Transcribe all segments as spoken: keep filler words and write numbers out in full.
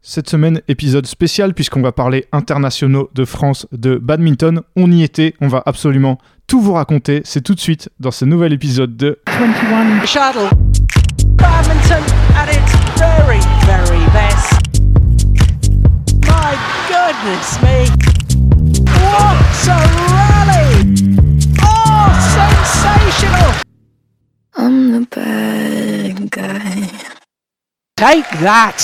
Cette semaine, épisode spécial puisqu'on va parler internationaux de France de badminton. On y était, on va absolument tout vous raconter. C'est tout de suite dans ce nouvel épisode de vingt et un Shuttle. Badminton at its very, very best. My goodness me. What a rally! Oh, sensational! I'm the bad guy. Take that!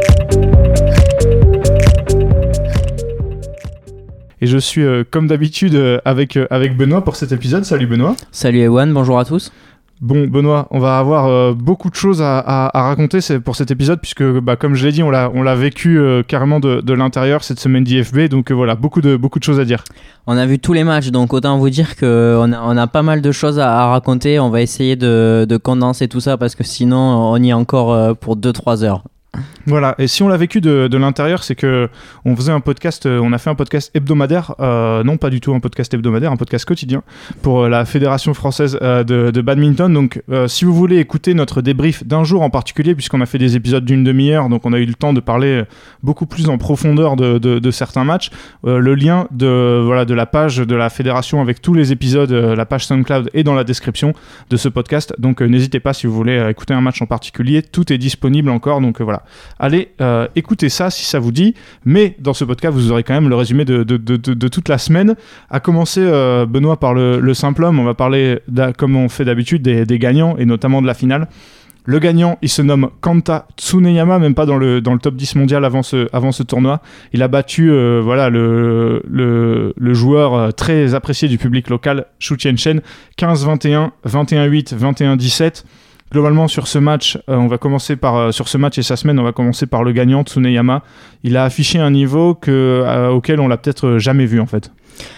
Et je suis euh, comme d'habitude euh, avec, euh, avec Benoît pour cet épisode. Salut Benoît. Salut Ewan, bonjour à tous. Bon Benoît, on va avoir euh, beaucoup de choses à, à, à raconter c'est pour cet épisode puisque bah, comme je l'ai dit, on l'a, on l'a vécu euh, carrément de, de l'intérieur cette semaine d'I F B. Donc euh, voilà, beaucoup de, beaucoup de choses à dire. On a vu tous les matchs, donc autant vous dire qu'on a, on a pas mal de choses à, à raconter. On va essayer de, de condenser tout ça parce que sinon on y est encore euh, pour deux trois heures. Voilà, et si on l'a vécu de, de l'intérieur, c'est que on faisait un podcast, euh, on a fait un podcast hebdomadaire, euh, non pas du tout un podcast hebdomadaire, un podcast quotidien pour euh, la Fédération française euh, de, de badminton. Donc euh, si vous voulez écouter notre débrief d'un jour en particulier, puisqu'on a fait des épisodes d'une demi-heure, donc on a eu le temps de parler beaucoup plus en profondeur de, de, de certains matchs, euh, le lien de, voilà, de la page de la Fédération avec tous les épisodes, euh, la page SoundCloud est dans la description de ce podcast, donc euh, n'hésitez pas si vous voulez euh, écouter un match en particulier, tout est disponible encore, donc euh, voilà. Allez euh, écoutez ça si ça vous dit, mais dans ce podcast vous aurez quand même le résumé de, de, de, de, de toute la semaine, à commencer euh, Benoît par le, le simple homme. On va parler comme on fait d'habitude des, des gagnants et notamment de la finale. Le gagnant, il se nomme Kanta Tsuneyama, même pas dans le, dans le top dix mondial avant ce, avant ce tournoi. Il a battu euh, voilà, le, le, le joueur euh, très apprécié du public local, Xu Tianchen, quinze vingt et un, vingt et un huit, vingt et un dix-sept. Globalement, sur ce match, euh, on va commencer par euh, sur ce match et sa semaine, on va commencer par le gagnant Tsuneyama. Il a affiché un niveau que, euh, auquel on l'a peut-être jamais vu en fait.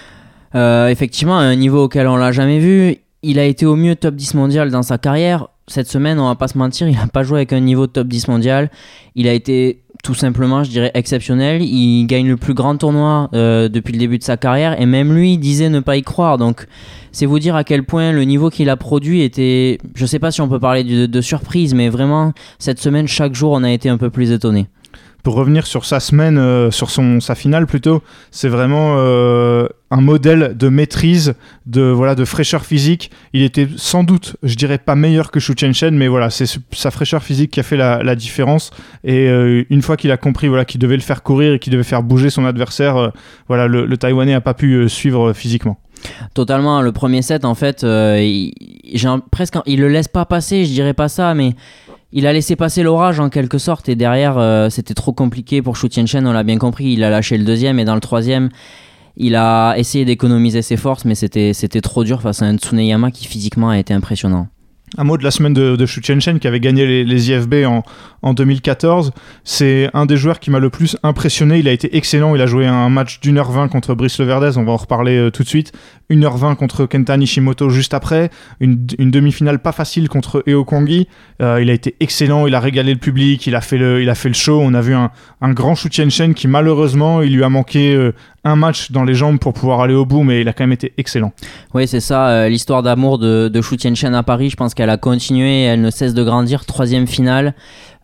Euh, effectivement, un niveau auquel on l'a jamais vu. Il a été au mieux top dix mondial dans sa carrière. Cette semaine, on va pas se mentir, il a pas joué avec un niveau top dix mondial. Il a été tout simplement, je dirais, exceptionnel. Il gagne le plus grand tournoi euh, depuis le début de sa carrière et même lui disait ne pas y croire. Donc c'est vous dire à quel point le niveau qu'il a produit était, je sais pas si on peut parler de, de surprise, mais vraiment cette semaine, chaque jour, on a été un peu plus étonnés. Pour revenir sur sa semaine, euh, sur son, sa finale plutôt, c'est vraiment euh, un modèle de maîtrise, de, voilà, de fraîcheur physique. Il était sans doute, je dirais pas meilleur que Xu Tianchen, mais voilà, c'est sa fraîcheur physique qui a fait la, la différence. Et euh, une fois qu'il a compris voilà, qu'il devait le faire courir et qu'il devait faire bouger son adversaire, euh, voilà, le, le Taïwanais n'a pas pu euh, suivre euh, physiquement. Totalement, le premier set en fait, euh, il, j'ai un, presque, il le laisse pas passer, je dirais pas ça, mais il a laissé passer l'orage en quelque sorte et derrière euh, c'était trop compliqué pour Xu Tianchen, on l'a bien compris, il a lâché le deuxième et dans le troisième il a essayé d'économiser ses forces mais c'était, c'était trop dur face à un Tsuneyama qui physiquement a été impressionnant. Un mot de la semaine de, de Xu Tianchen qui avait gagné les, les I F B en, en deux mille quatorze. C'est un des joueurs qui m'a le plus impressionné. Il a été excellent. Il a joué un match d'une heure vingt contre Brice Leverdez. On va en reparler euh, tout de suite. une heure vingt contre Kenta Nishimoto juste après. Une, une demi-finale pas facile contre Eo Kwangi. Euh, il a été excellent. Il a régalé le public. Il a fait le, il a fait le show. On a vu un, un grand Xu Tianchen qui malheureusement, il lui a manqué euh, un match dans les jambes pour pouvoir aller au bout, mais il a quand même été excellent. Oui, c'est ça, euh, l'histoire d'amour de, de Xu Tianchen à Paris, je pense qu'elle a continué, elle ne cesse de grandir, troisième finale.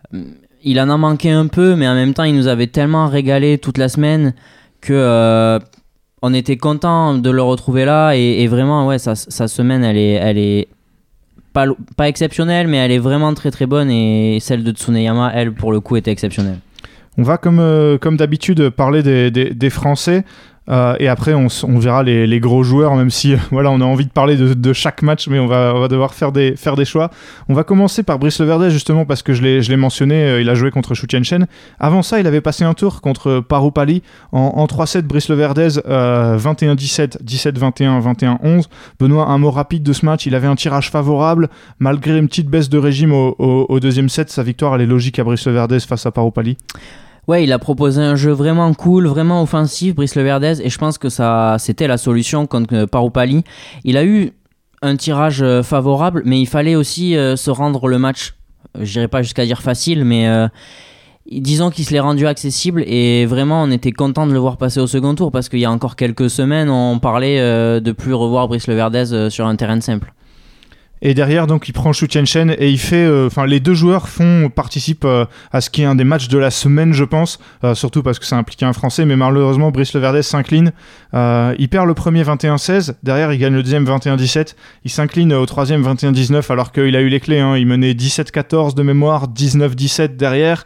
Il en a manqué un peu, mais en même temps, il nous avait tellement régalé toute la semaine que euh, on était content de le retrouver là, et, et vraiment, ouais, sa, sa semaine, elle est, elle est pas, pas exceptionnelle, mais elle est vraiment très très bonne, et celle de Tsuneyama, elle, pour le coup, était exceptionnelle. On va comme, euh, comme d'habitude parler des, des, des Français euh, et après on, on verra les, les gros joueurs, même si euh, voilà, on a envie de parler de, de chaque match, mais on va, on va devoir faire des, faire des choix. On va commencer par Brice Leverdez justement parce que je l'ai, je l'ai mentionné, euh, il a joué contre Xu Tianchen. Avant ça, il avait passé un tour contre Paru-Pali en, en trois sept. Brice Leverdez euh, vingt et un dix-sept, dix-sept vingt et un, vingt et un onze. Benoît, un mot rapide de ce match, il avait un tirage favorable malgré une petite baisse de régime au, au, au deuxième set. Sa victoire, elle est logique à Brice Leverdez face à Paru-Pali. Ouais, il a proposé un jeu vraiment cool, vraiment offensif, Brice Leverdez, et je pense que ça, c'était la solution contre Paru-Pali. Il a eu un tirage favorable, mais il fallait aussi euh, se rendre le match, je dirais pas jusqu'à dire facile, mais euh, disons qu'il se l'est rendu accessible, et vraiment on était content de le voir passer au second tour, parce qu'il y a encore quelques semaines, on parlait euh, de plus revoir Brice Leverdez euh, sur un terrain simple. Et derrière, donc, il prend Xu Tianchen et il fait. Enfin, euh, les deux joueurs font participent euh, à ce qui est un des matchs de la semaine, je pense. Euh, surtout parce que ça impliquait un Français, mais malheureusement, Brice Leverdez s'incline. Euh, il perd le premier vingt et un seize. Derrière, il gagne le deuxième vingt et un dix-sept. Il s'incline au troisième vingt et un dix-neuf, alors qu'il a eu les clés. Hein. Il menait dix-sept quatorze de mémoire, dix-neuf dix-sept derrière.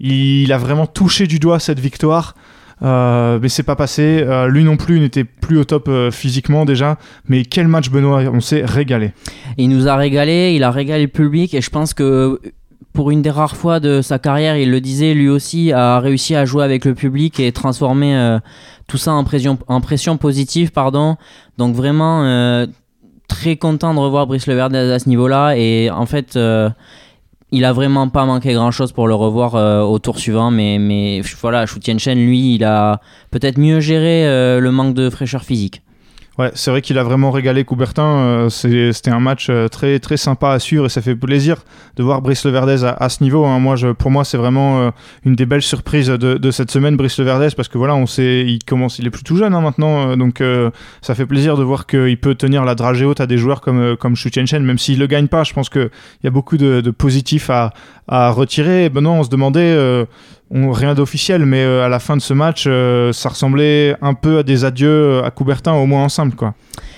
Il a vraiment touché du doigt cette victoire. Euh, mais c'est pas passé, euh, lui non plus n'était plus au top euh, physiquement déjà, mais quel match Benoît, on s'est régalé. Il nous a régalé, il a régalé le public et je pense que pour une des rares fois de sa carrière, il le disait lui aussi, a réussi à jouer avec le public et transformer euh, tout ça en pression, en pression positive, pardon. Donc vraiment euh, très content de revoir Brice Leverdez à ce niveau-là et en fait euh, il a vraiment pas manqué grand chose pour le revoir euh, au tour suivant, mais, mais voilà, Xu Tianchen, lui, il a peut-être mieux géré euh, le manque de fraîcheur physique. Ouais, c'est vrai qu'il a vraiment régalé Coubertin. Euh, c'est, c'était un match euh, très, très sympa à suivre et ça fait plaisir de voir Brice Leverdez à, à ce niveau. Hein. Moi, je, pour moi, c'est vraiment euh, une des belles surprises de, de cette semaine, Brice Leverdez, parce que voilà, on sait, il commence, il est plus tout jeune hein, maintenant, euh, donc euh, ça fait plaisir de voir qu'il peut tenir la dragée haute à des joueurs comme, euh, comme Xu Tianchen, même s'il le gagne pas. Je pense qu'il y a beaucoup de, de positifs à, à retirer. Et ben non, on se demandait. Euh, On, rien d'officiel, mais euh, à la fin de ce match, euh, ça ressemblait un peu à des adieux à Coubertin, au moins ensemble, quoi.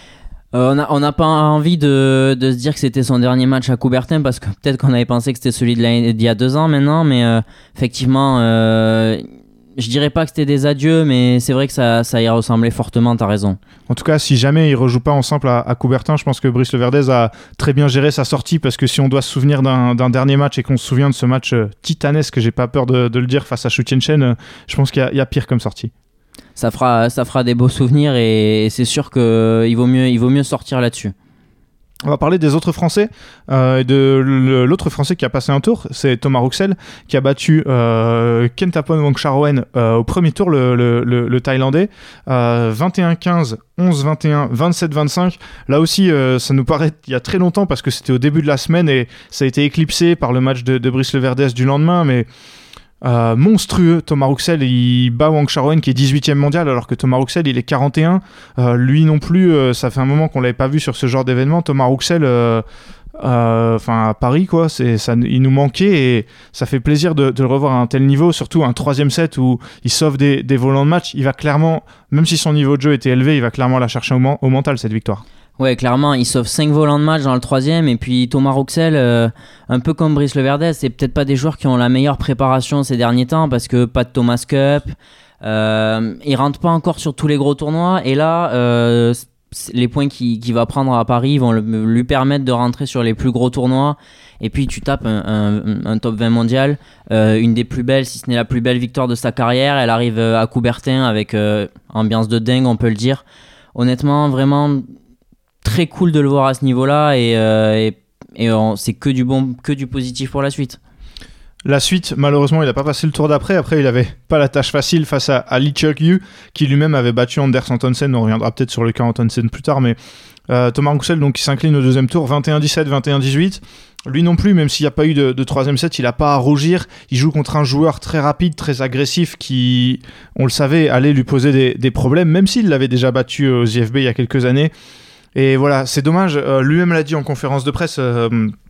Euh, on n'a pas envie de, de se dire que c'était son dernier match à Coubertin, parce que peut-être qu'on avait pensé que c'était celui de l'année, d'il y a deux ans maintenant, mais euh, effectivement, euh, je dirais pas que c'était des adieux, mais c'est vrai que ça, ça y ressemblait fortement, t'as raison. En tout cas, si jamais ils ne rejouent pas ensemble à, à Coubertin, je pense que Brice Leverdez a très bien géré sa sortie, parce que si on doit se souvenir d'un, d'un dernier match et qu'on se souvient de ce match euh, titanesque, j'ai pas peur de, de le dire, face à Xu Tianchen, euh, je pense qu'il y a, il y a pire comme sortie. Ça fera, ça fera des beaux souvenirs et, et c'est sûr qu'il vaut mieux, il vaut mieux sortir là-dessus. On va parler des autres Français, euh, et de l'autre Français qui a passé un tour, c'est Thomas Rouxel, qui a battu euh, Kentapon Wongcharoen euh, au premier tour, le, le, le, le Thaïlandais, euh, vingt et un quinze, onze vingt et un, vingt-sept vingt-cinq. Là aussi, euh, ça nous paraît il y a très longtemps, parce que c'était au début de la semaine, et ça a été éclipsé par le match de, de Brice Leverdez du lendemain, mais... Euh, monstrueux, Thomas Rouxel, il bat Wongcharoen qui est dix-huitième mondial, alors que Thomas Rouxel il est quarante et un. Euh, lui non plus, euh, ça fait un moment qu'on l'avait pas vu sur ce genre d'événement. Thomas Rouxel, euh, euh, enfin à Paris quoi, c'est, ça, il nous manquait et ça fait plaisir de, de le revoir à un tel niveau, surtout un troisième set où il sauve des, des volants de match. Il va clairement, même si son niveau de jeu était élevé, il va clairement la chercher au, man- au mental cette victoire. Ouais, clairement, il sauve cinq volants de match dans le troisième. Et puis Thomas Rouxel, euh, un peu comme Brice Leverdez, c'est peut-être pas des joueurs qui ont la meilleure préparation ces derniers temps, parce que pas de Thomas Cup. Euh, il rentre pas encore sur tous les gros tournois. Et là, euh, les points qu'il, qu'il va prendre à Paris vont le, lui permettre de rentrer sur les plus gros tournois. Et puis tu tapes un, un, un top vingt mondial, euh, une des plus belles, si ce n'est la plus belle victoire de sa carrière. Elle arrive à Coubertin avec euh, ambiance de dingue, on peut le dire. Honnêtement, vraiment... très cool de le voir à ce niveau-là et, euh, et, et on, c'est que du bon, que du positif pour la suite. La suite, malheureusement, il n'a pas passé le tour d'après. Après, il n'avait pas la tâche facile face à, à Lee Cheuk-Yu, qui lui-même avait battu Anders Antonsen. On reviendra peut-être sur le cas Antonsen plus tard, mais euh, Thomas Rouxel, donc, qui s'incline au deuxième tour, vingt et un dix-sept, vingt et un dix-huit. Lui non plus, même s'il n'y a pas eu de, de troisième set, il n'a pas à rougir. Il joue contre un joueur très rapide, très agressif, qui, on le savait, allait lui poser des, des problèmes, même s'il l'avait déjà battu aux I F B il y a quelques années. Et voilà, c'est dommage, euh, lui-même l'a dit en conférence de presse, euh,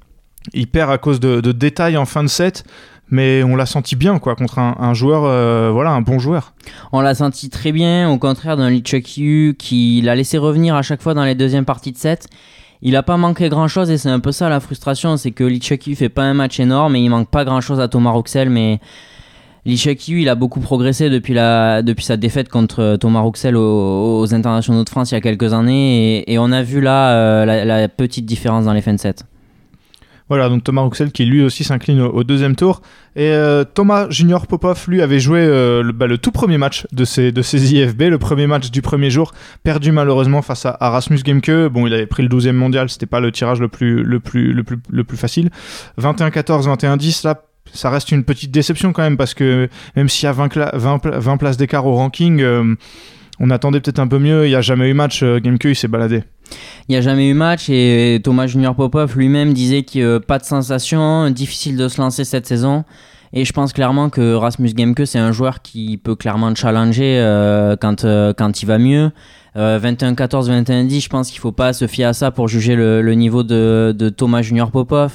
il perd à cause de, de détails en fin de set, mais on l'a senti bien quoi, contre un, un joueur, euh, voilà, un bon joueur. On l'a senti très bien, au contraire d'un Lee Cheuk-Yu qui l'a laissé revenir à chaque fois dans les deuxièmes parties de set. Il n'a pas manqué grand-chose et c'est un peu ça la frustration, c'est que Lee Cheuk-Yu fait pas un match énorme et il manque pas grand-chose à Thomas Rouxel, mais... Lee Cheuk-Yu, il a beaucoup progressé depuis, la, depuis sa défaite contre Thomas Rouxel aux, aux internationaux de France il y a quelques années et, et on a vu là euh, la, la petite différence dans les fins de set. Voilà, donc Thomas Rouxel qui lui aussi s'incline au, au deuxième tour. Et euh, Thomas Junior Popov, lui, avait joué euh, le, bah, le tout premier match de ses, de ses I F B, le premier match du premier jour, perdu malheureusement face à, à Rasmus Gemke. Bon, il avait pris le douzième mondial, c'était pas le tirage le plus, le plus, le plus, le plus facile. vingt et un quatorze, vingt et un dix, là, ça reste une petite déception quand même, parce que même s'il y a vingt, cla- vingt, vingt places d'écart au ranking, euh, on attendait peut-être un peu mieux. Il n'y a jamais eu match, euh, Gemke il s'est baladé. Il n'y a jamais eu match et Thomas Junior Popov lui-même disait qu'il n'y a pas de sensation, difficile de se lancer cette saison. Et je pense clairement que Rasmus Gemke, c'est un joueur qui peut clairement challenger euh, quand, euh, quand il va mieux. Euh, vingt et un quatorze, vingt et un dix, je pense qu'il ne faut pas se fier à ça pour juger le, le niveau de, de Thomas Junior Popov.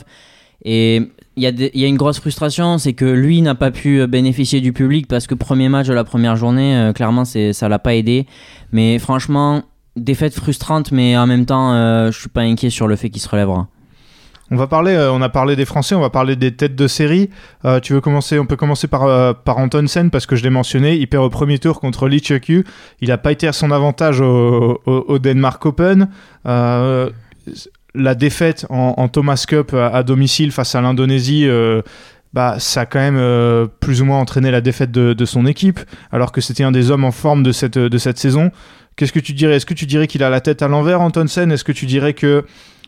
Et il y, a des, il y a une grosse frustration, c'est que lui n'a pas pu bénéficier du public parce que premier match de la première journée, euh, clairement, c'est, ça ne l'a pas aidé. Mais franchement, défaite frustrante, mais en même temps, euh, je ne suis pas inquiet sur le fait qu'il se relèvera. On va parler, euh, on a parlé des Français, on va parler des têtes de série. Euh, tu veux commencer? On peut commencer par, euh, par Antonsen parce que je l'ai mentionné. Il perd au premier tour contre Lee Cheuk-Yu. Il n'a pas été à son avantage au, au, au Denmark Open. Euh, la défaite en, en Thomas Cup à, à domicile face à l'Indonésie, euh, bah, ça a quand même euh, plus ou moins entraîné la défaite de, de son équipe, alors que c'était un des hommes en forme de cette, de cette saison. Qu'est-ce que tu dirais? Est-ce que tu dirais qu'il a la tête à l'envers, Antonsen? Est-ce que tu dirais que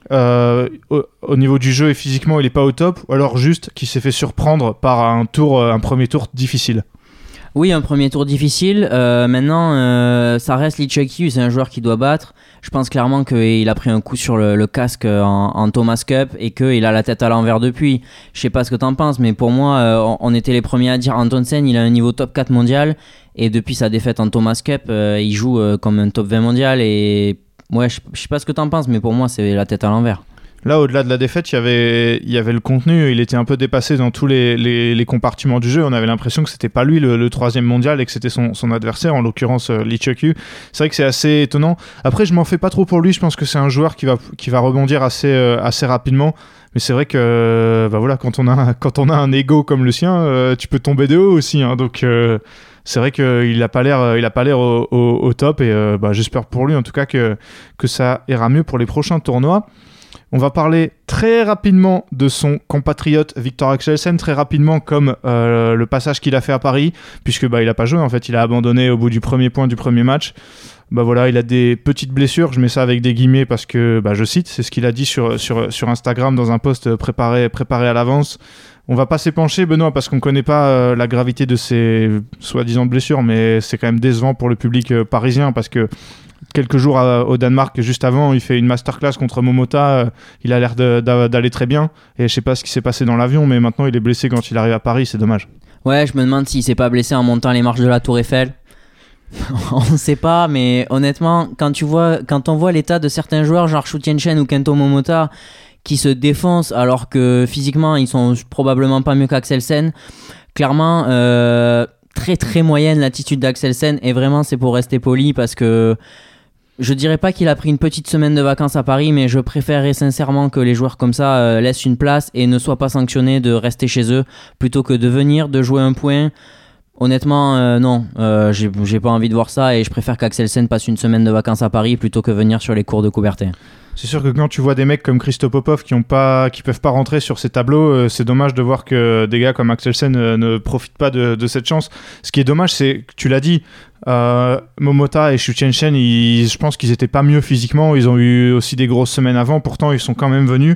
Euh, au, au niveau du jeu et physiquement il est pas au top, ou alors juste qu'il s'est fait surprendre par un tour, un premier tour difficile? Oui, un premier tour difficile. Euh, maintenant, euh, ça reste Lee Cheuk-Yu, c'est un joueur qui doit battre. Je pense clairement qu'il a pris un coup sur le, le casque en, en Thomas Cup et qu'il a la tête à l'envers depuis. Je sais pas ce que t'en penses, mais pour moi, euh, on, on était les premiers à dire Antonsen, il a un niveau top quatre mondial, et depuis sa défaite en Thomas Cup, euh, il joue euh, comme un top vingt mondial. Et ouais, je, je sais pas ce que t'en penses, mais pour moi, c'est la tête à l'envers. Là, au-delà de la défaite, il y avait, il y avait le contenu. Il était un peu dépassé dans tous les, les, les compartiments du jeu. On avait l'impression que c'était pas lui le, le troisième mondial et que c'était son, son adversaire, en l'occurrence euh, Lee Cheuk-Yu. C'est vrai que c'est assez étonnant. Après, je m'en fais pas trop pour lui. Je pense que c'est un joueur qui va, qui va rebondir assez, euh, assez rapidement. Mais c'est vrai que euh, bah voilà, quand on a, quand on a un ego comme le sien, euh, tu peux tomber de haut aussi. Hein, donc euh, c'est vrai qu'il n'a pas l'air, il a pas l'air au, au, au top. Et euh, bah, j'espère pour lui en tout cas que, que ça ira mieux pour les prochains tournois. On va parler très rapidement de son compatriote Viktor Axelsen, très rapidement comme euh, le passage qu'il a fait à Paris, puisque bah, il n'a pas joué en fait, il a abandonné au bout du premier point du premier match. Bah voilà, il a des petites blessures, je mets ça avec des guillemets parce que, bah, je cite, c'est ce qu'il a dit sur, sur, sur Instagram dans un post préparé, préparé à l'avance. On va pas s'épancher, Benoît, parce qu'on connaît pas euh, la gravité de ces soi-disant blessures, mais c'est quand même décevant pour le public euh, parisien parce que quelques jours à, au Danemark, juste avant, il fait une masterclass contre Momota, euh, il a l'air de, de, d'aller très bien, et je sais pas ce qui s'est passé dans l'avion, mais maintenant il est blessé quand il arrive à Paris, c'est dommage. Ouais, je me demande s'il s'est pas blessé en montant les marches de la Tour Eiffel. On ne sait pas, mais honnêtement, quand, tu vois, quand on voit l'état de certains joueurs, genre Shu Tianchen ou Kento Momota, qui se défoncent alors que physiquement ils sont probablement pas mieux qu'Axelsen, clairement, euh, très très moyenne l'attitude d'Axelsen, et vraiment c'est pour rester poli parce que je dirais pas qu'il a pris une petite semaine de vacances à Paris, mais je préférerais sincèrement que les joueurs comme ça euh, laissent une place et ne soient pas sanctionnés de rester chez eux plutôt que de venir, de jouer un point. Honnêtement, euh, non, euh, j'ai, j'ai pas envie de voir ça, et je préfère qu'Axelsen passe une semaine de vacances à Paris plutôt que venir sur les cours de Coubertin. C'est sûr que quand tu vois des mecs comme Christo Popov qui ont pas, qui peuvent pas rentrer sur ces tableaux, euh, c'est dommage de voir que des gars comme Axelsen euh, ne profitent pas de, de cette chance. Ce qui est dommage, c'est que tu l'as dit, euh, Momota et Shu Tianchen, je pense qu'ils étaient pas mieux physiquement. Ils ont eu aussi des grosses semaines avant, pourtant ils sont quand même venus.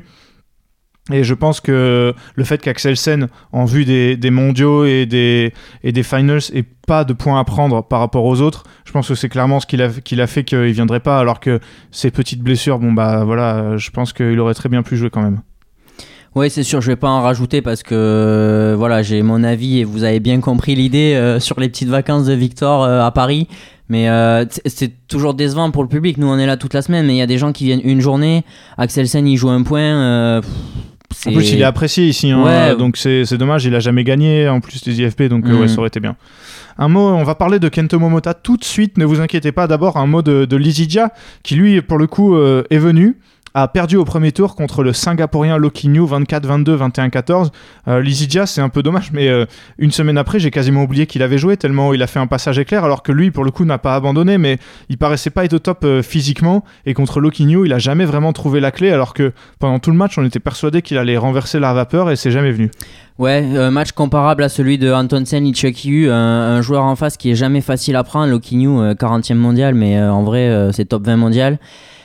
Et je pense que le fait qu'Axelsen, en vue des, des mondiaux et des, et des finals, ait pas de points à prendre par rapport aux autres, je pense que c'est clairement ce qu'il a, qu'il a fait qu'il ne viendrait pas, alors que ces petites blessures, bon bah voilà, je pense qu'il aurait très bien pu jouer quand même. Oui, c'est sûr, je vais pas en rajouter parce que euh, voilà, j'ai mon avis et vous avez bien compris l'idée euh, sur les petites vacances de Victor euh, à Paris. Mais euh, c'est, c'est toujours décevant pour le public. Nous, on est là toute la semaine, mais il y a des gens qui viennent une journée. Axelsen, il joue un point. Euh, c'est... En plus, il est apprécié ici, hein, ouais. donc c'est, c'est dommage. Il a jamais gagné en plus des I F P, donc mmh. euh, ouais, ça aurait été bien. Un mot, on va parler de Kento Momota tout de suite. Ne vous inquiétez pas. D'abord, un mot de, de Lizidja, qui lui, pour le coup, euh, est venu. A perdu au premier tour contre le Singapourien Lokinyu vingt-quatre vingt-deux, vingt et un quatorze. Euh, Lizidja, c'est un peu dommage, mais euh, une semaine après, j'ai quasiment oublié qu'il avait joué, tellement il a fait un passage éclair, alors que lui, pour le coup, n'a pas abandonné, mais il paraissait pas être au top euh, physiquement, et contre Lokinyu, il a jamais vraiment trouvé la clé, alors que pendant tout le match, on était persuadé qu'il allait renverser la vapeur, et c'est jamais venu. Ouais, euh, match comparable à celui de Antonsen Lee Cheuk-Yu, un, un joueur en face qui est jamais facile à prendre. Lokinyu, euh, quarantième mondial, mais euh, en vrai, euh, c'est top vingt mondial.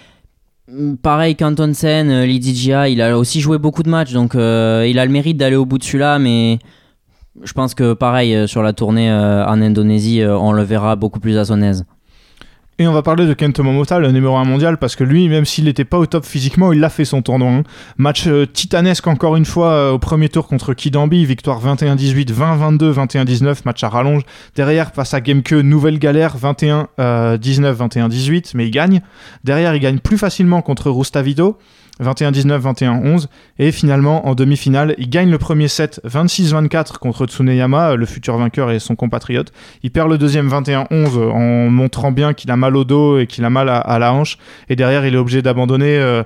Pareil qu'Antonsen, euh, Lizidja, il a aussi joué beaucoup de matchs, donc euh, il a le mérite d'aller au bout de celui-là, mais je pense que pareil, euh, sur la tournée euh, en Indonésie, euh, on le verra beaucoup plus à son aise. Et on va parler de Kento Momota, le numéro un mondial, parce que lui, même s'il n'était pas au top physiquement, il a fait son tournoi. Hein. Match euh, titanesque encore une fois euh, au premier tour contre Kidambi, victoire vingt et un dix-huit, vingt vingt-deux, vingt et un dix-neuf, match à rallonge. Derrière, face à Gemke, nouvelle galère, vingt et un dix-neuf, vingt et un dix-huit, mais il gagne. Derrière, il gagne plus facilement contre Rustavito, vingt et un dix-neuf, vingt et un onze, et finalement en demi-finale il gagne le premier set vingt-six vingt-quatre contre Tsuneyama, le futur vainqueur et son compatriote. Il perd le deuxième vingt et un onze en montrant bien qu'il a mal au dos et qu'il a mal à, à la hanche, et derrière il est obligé d'abandonner euh,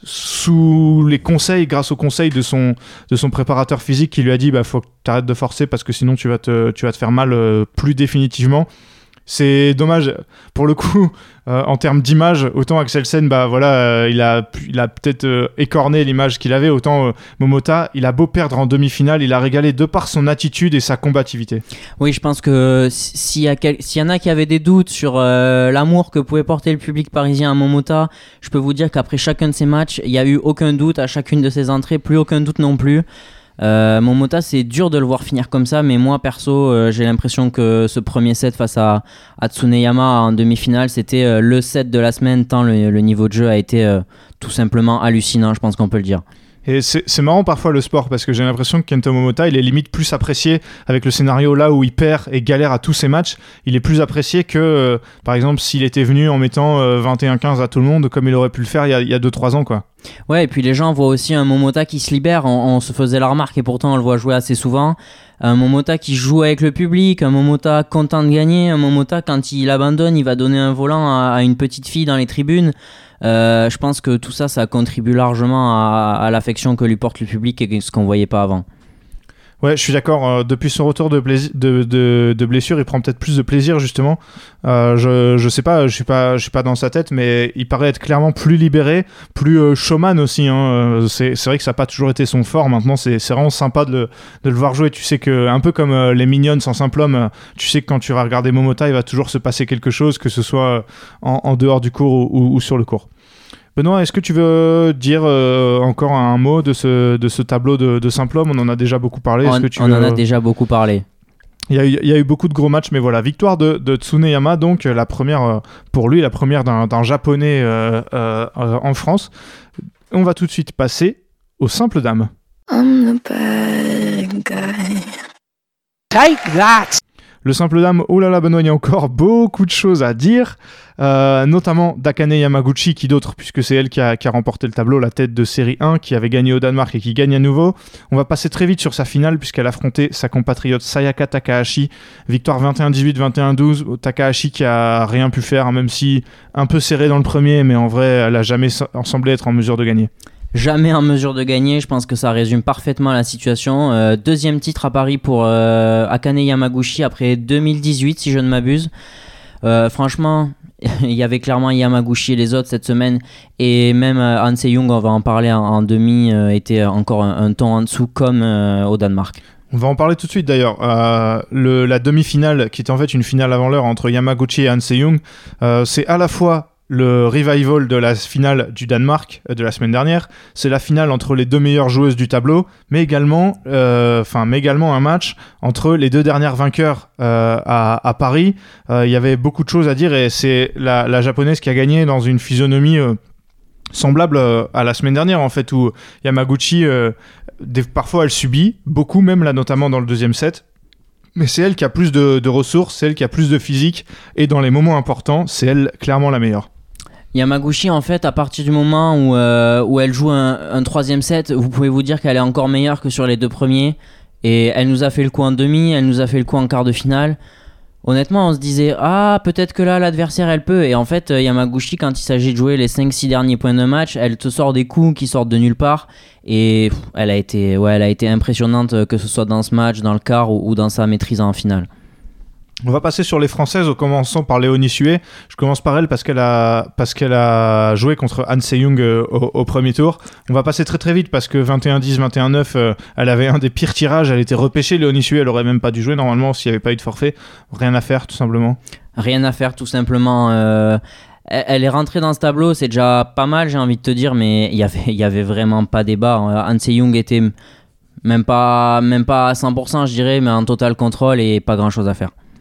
sous les conseils, grâce aux conseils de son, de son préparateur physique qui lui a dit bah, faut que tu arrêtes de forcer parce que sinon tu vas te, tu vas te faire mal euh, plus définitivement. C'est dommage, pour le coup, euh, en termes d'image, autant Axelsen, bah voilà, euh, il a, il a peut-être euh, écorné l'image qu'il avait, autant euh, Momota, il a beau perdre en demi-finale, il a régalé de par son attitude et sa combativité. Oui, je pense que s'il y, a quel... s'il y en a qui avaient des doutes sur euh, l'amour que pouvait porter le public parisien à Momota, je peux vous dire qu'après chacun de ces matchs, il n'y a eu aucun doute à chacune de ses entrées, plus aucun doute non plus. Euh, Momota, c'est dur de le voir finir comme ça, mais moi perso euh, j'ai l'impression que ce premier set face à, à Tsuneyama en demi-finale, c'était euh, le set de la semaine, tant le, le niveau de jeu a été euh, tout simplement hallucinant, je pense qu'on peut le dire. Et c'est, c'est marrant parfois le sport, parce que j'ai l'impression que Kento Momota, il est limite plus apprécié avec le scénario là où il perd et galère à tous ses matchs. Il est plus apprécié que, euh, par exemple, s'il était venu en mettant euh, vingt et un quinze à tout le monde, comme il aurait pu le faire il y a deux trois ans, quoi. Ouais, et puis les gens voient aussi un Momota qui se libère, on, on se faisait la remarque et pourtant on le voit jouer assez souvent. Un Momota qui joue avec le public, un Momota content de gagner, un Momota quand il abandonne, il va donner un volant à, à une petite fille dans les tribunes. Euh, je pense que tout ça, ça contribue largement à, à l'affection que lui porte le public et ce qu'on voyait pas avant. Ouais, je suis d'accord. Euh, depuis son retour de, plaisir, de, de, de blessure, il prend peut-être plus de plaisir, justement. Euh, je, je sais pas, je suis pas, je suis pas dans sa tête, mais il paraît être clairement plus libéré, plus euh, showman aussi. Hein. C'est, c'est vrai que ça n'a pas toujours été son fort. Maintenant, c'est, c'est vraiment sympa de le, de le voir jouer. Tu sais que, un peu comme euh, les Minions en simple homme, euh, tu sais que quand tu vas regarder Momota, il va toujours se passer quelque chose, que ce soit en, en dehors du court ou, ou, ou sur le court. Benoît, est-ce que tu veux dire euh, encore un mot de ce, de ce tableau de, de simple homme ? On en a déjà beaucoup parlé. On, est-ce que tu on veux... en a déjà beaucoup parlé. Il y, a eu, il y a eu beaucoup de gros matchs, mais voilà, victoire de, de Tsuneyama, donc la première, euh, pour lui, la première d'un, d'un japonais euh, euh, euh, en France. On va tout de suite passer aux simples dames. I'm the bad guy. Take that! Le simple dame, oh là là Benoît, il y a encore beaucoup de choses à dire, euh, notamment d'Akane Yamaguchi, qui d'autre, puisque c'est elle qui a, qui a remporté le tableau, la tête de série un, qui avait gagné au Danemark et qui gagne à nouveau. On va passer très vite sur sa finale, puisqu'elle affrontait sa compatriote Sayaka Takahashi, victoire vingt et un dix-huit, vingt et un douze, Takahashi qui a rien pu faire, hein, même si un peu serré dans le premier, mais en vrai, elle a jamais semblé être en mesure de gagner. Jamais en mesure de gagner, je pense que ça résume parfaitement la situation. Euh, deuxième titre à Paris pour euh, Akane Yamaguchi après deux mille dix-huit, si je ne m'abuse. Euh, franchement, il y avait clairement Yamaguchi et les autres cette semaine, et même euh, Han Se-young, on va en parler en, en demi, euh, était encore un, un ton en dessous comme euh, au Danemark. On va en parler tout de suite d'ailleurs. Euh, le, la demi-finale, qui était en fait une finale avant l'heure entre Yamaguchi et Han Se-young, euh, c'est à la fois le revival de la finale du Danemark de la semaine dernière, c'est la finale entre les deux meilleures joueuses du tableau, mais également, euh, enfin, mais également un match entre les deux dernières vainqueurs euh, à, à Paris. Il euh, y avait beaucoup de choses à dire et c'est la, la japonaise qui a gagné dans une physionomie euh, semblable euh, à la semaine dernière en fait, où Yamaguchi, euh, des, parfois elle subit, beaucoup même là notamment dans le deuxième set. Mais c'est elle qui a plus de, de ressources, c'est elle qui a plus de physique, et dans les moments importants, c'est elle clairement la meilleure. Yamaguchi, en fait, à partir du moment où, euh, où elle joue un, un troisième set, vous pouvez vous dire qu'elle est encore meilleure que sur les deux premiers. Et elle nous a fait le coup en demi, elle nous a fait le coup en quart de finale. Honnêtement, on se disait, ah, peut-être que là, l'adversaire, elle peut. Et en fait, Yamaguchi, quand il s'agit de jouer les cinq six derniers points de match, elle te sort des coups qui sortent de nulle part. Et pff, elle, a été, ouais, elle a été impressionnante, que ce soit dans ce match, dans le quart ou, ou dans sa maîtrise en finale. On va passer sur les Françaises, en commençant par Léonie Sué. Je commence par elle parce qu'elle a, parce qu'elle a joué contre Han Se-young euh, au, au premier tour. On va passer très très vite parce que vingt et un dix, vingt et un neuf, euh, elle avait un des pires tirages. Elle était repêchée, Léonie Sué. Elle aurait même pas dû jouer normalement s'il n'y avait pas eu de forfait. Rien à faire, tout simplement. Rien à faire, tout simplement. Euh... Elle est rentrée dans ce tableau, c'est déjà pas mal, j'ai envie de te dire, mais il y avait, il y avait vraiment pas débat. Han Se-young était même pas, même pas à cent pour cent, je dirais, mais en total contrôle et pas grand chose à faire.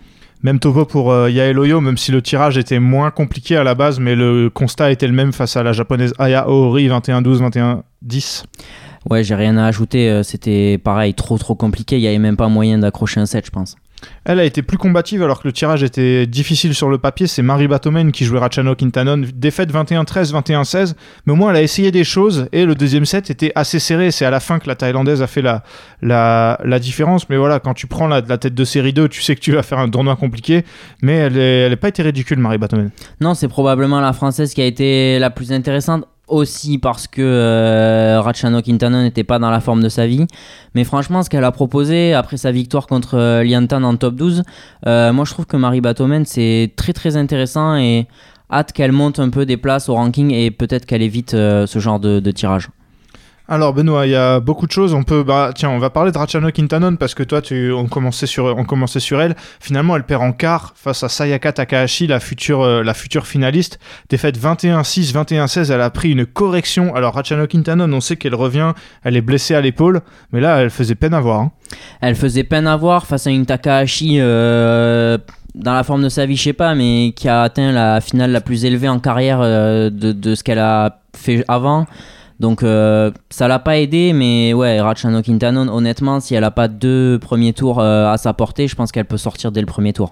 Même topo pour euh, Yael Oyo, même si le tirage était moins compliqué à la base, mais le constat était le même face à la japonaise Aya Ohori, vingt et un douze, vingt et un dix. Ouais, j'ai rien à ajouter, c'était pareil, trop trop compliqué, il n'y avait même pas moyen d'accrocher un set, je pense. Elle a été plus combative alors que le tirage était difficile sur le papier. C'est Mari Batomen qui jouait Ratchanok Intanon. Défaite vingt et un treize, vingt et un seize. Mais au moins, elle a essayé des choses et le deuxième set était assez serré. C'est à la fin que la Thaïlandaise a fait la, la, la différence. Mais voilà, quand tu prends la, la tête de série deux, tu sais que tu vas faire un tournoi compliqué. Mais elle n'a elle pas été ridicule, Mari Batomen. Non, c'est probablement la Française qui a été la plus intéressante. Aussi parce que euh, Ratchanok Intanon n'était pas dans la forme de sa vie, mais franchement ce qu'elle a proposé après sa victoire contre euh, Lian Tan en top douze, euh, moi je trouve que Mari Batomen c'est très très intéressant et hâte qu'elle monte un peu des places au ranking et peut-être qu'elle évite euh, ce genre de, de tirage. Alors Benoît, il y a beaucoup de choses. On peut, bah tiens, on va parler de Ratchanok Intanon parce que toi, tu, on commençait sur, on commençait sur elle. Finalement, elle perd en quart face à Sayaka Takahashi, la future, euh, la future finaliste. Défaite vingt et un six, vingt et un seize. Elle a pris une correction. Alors Ratchanok Intanon, on sait qu'elle revient. Elle est blessée à l'épaule, mais là, elle faisait peine à voir. Hein. Elle faisait peine à voir face à une Takahashi. Euh... dans la forme de sa vie, je sais pas, mais qui a atteint la finale la plus élevée en carrière euh, de, de ce qu'elle a fait avant. Donc euh, ça l'a pas aidé, mais ouais, Ratchanok Intanon, honnêtement, si elle a pas deux premiers tours euh, à sa portée, je pense qu'elle peut sortir dès le premier tour.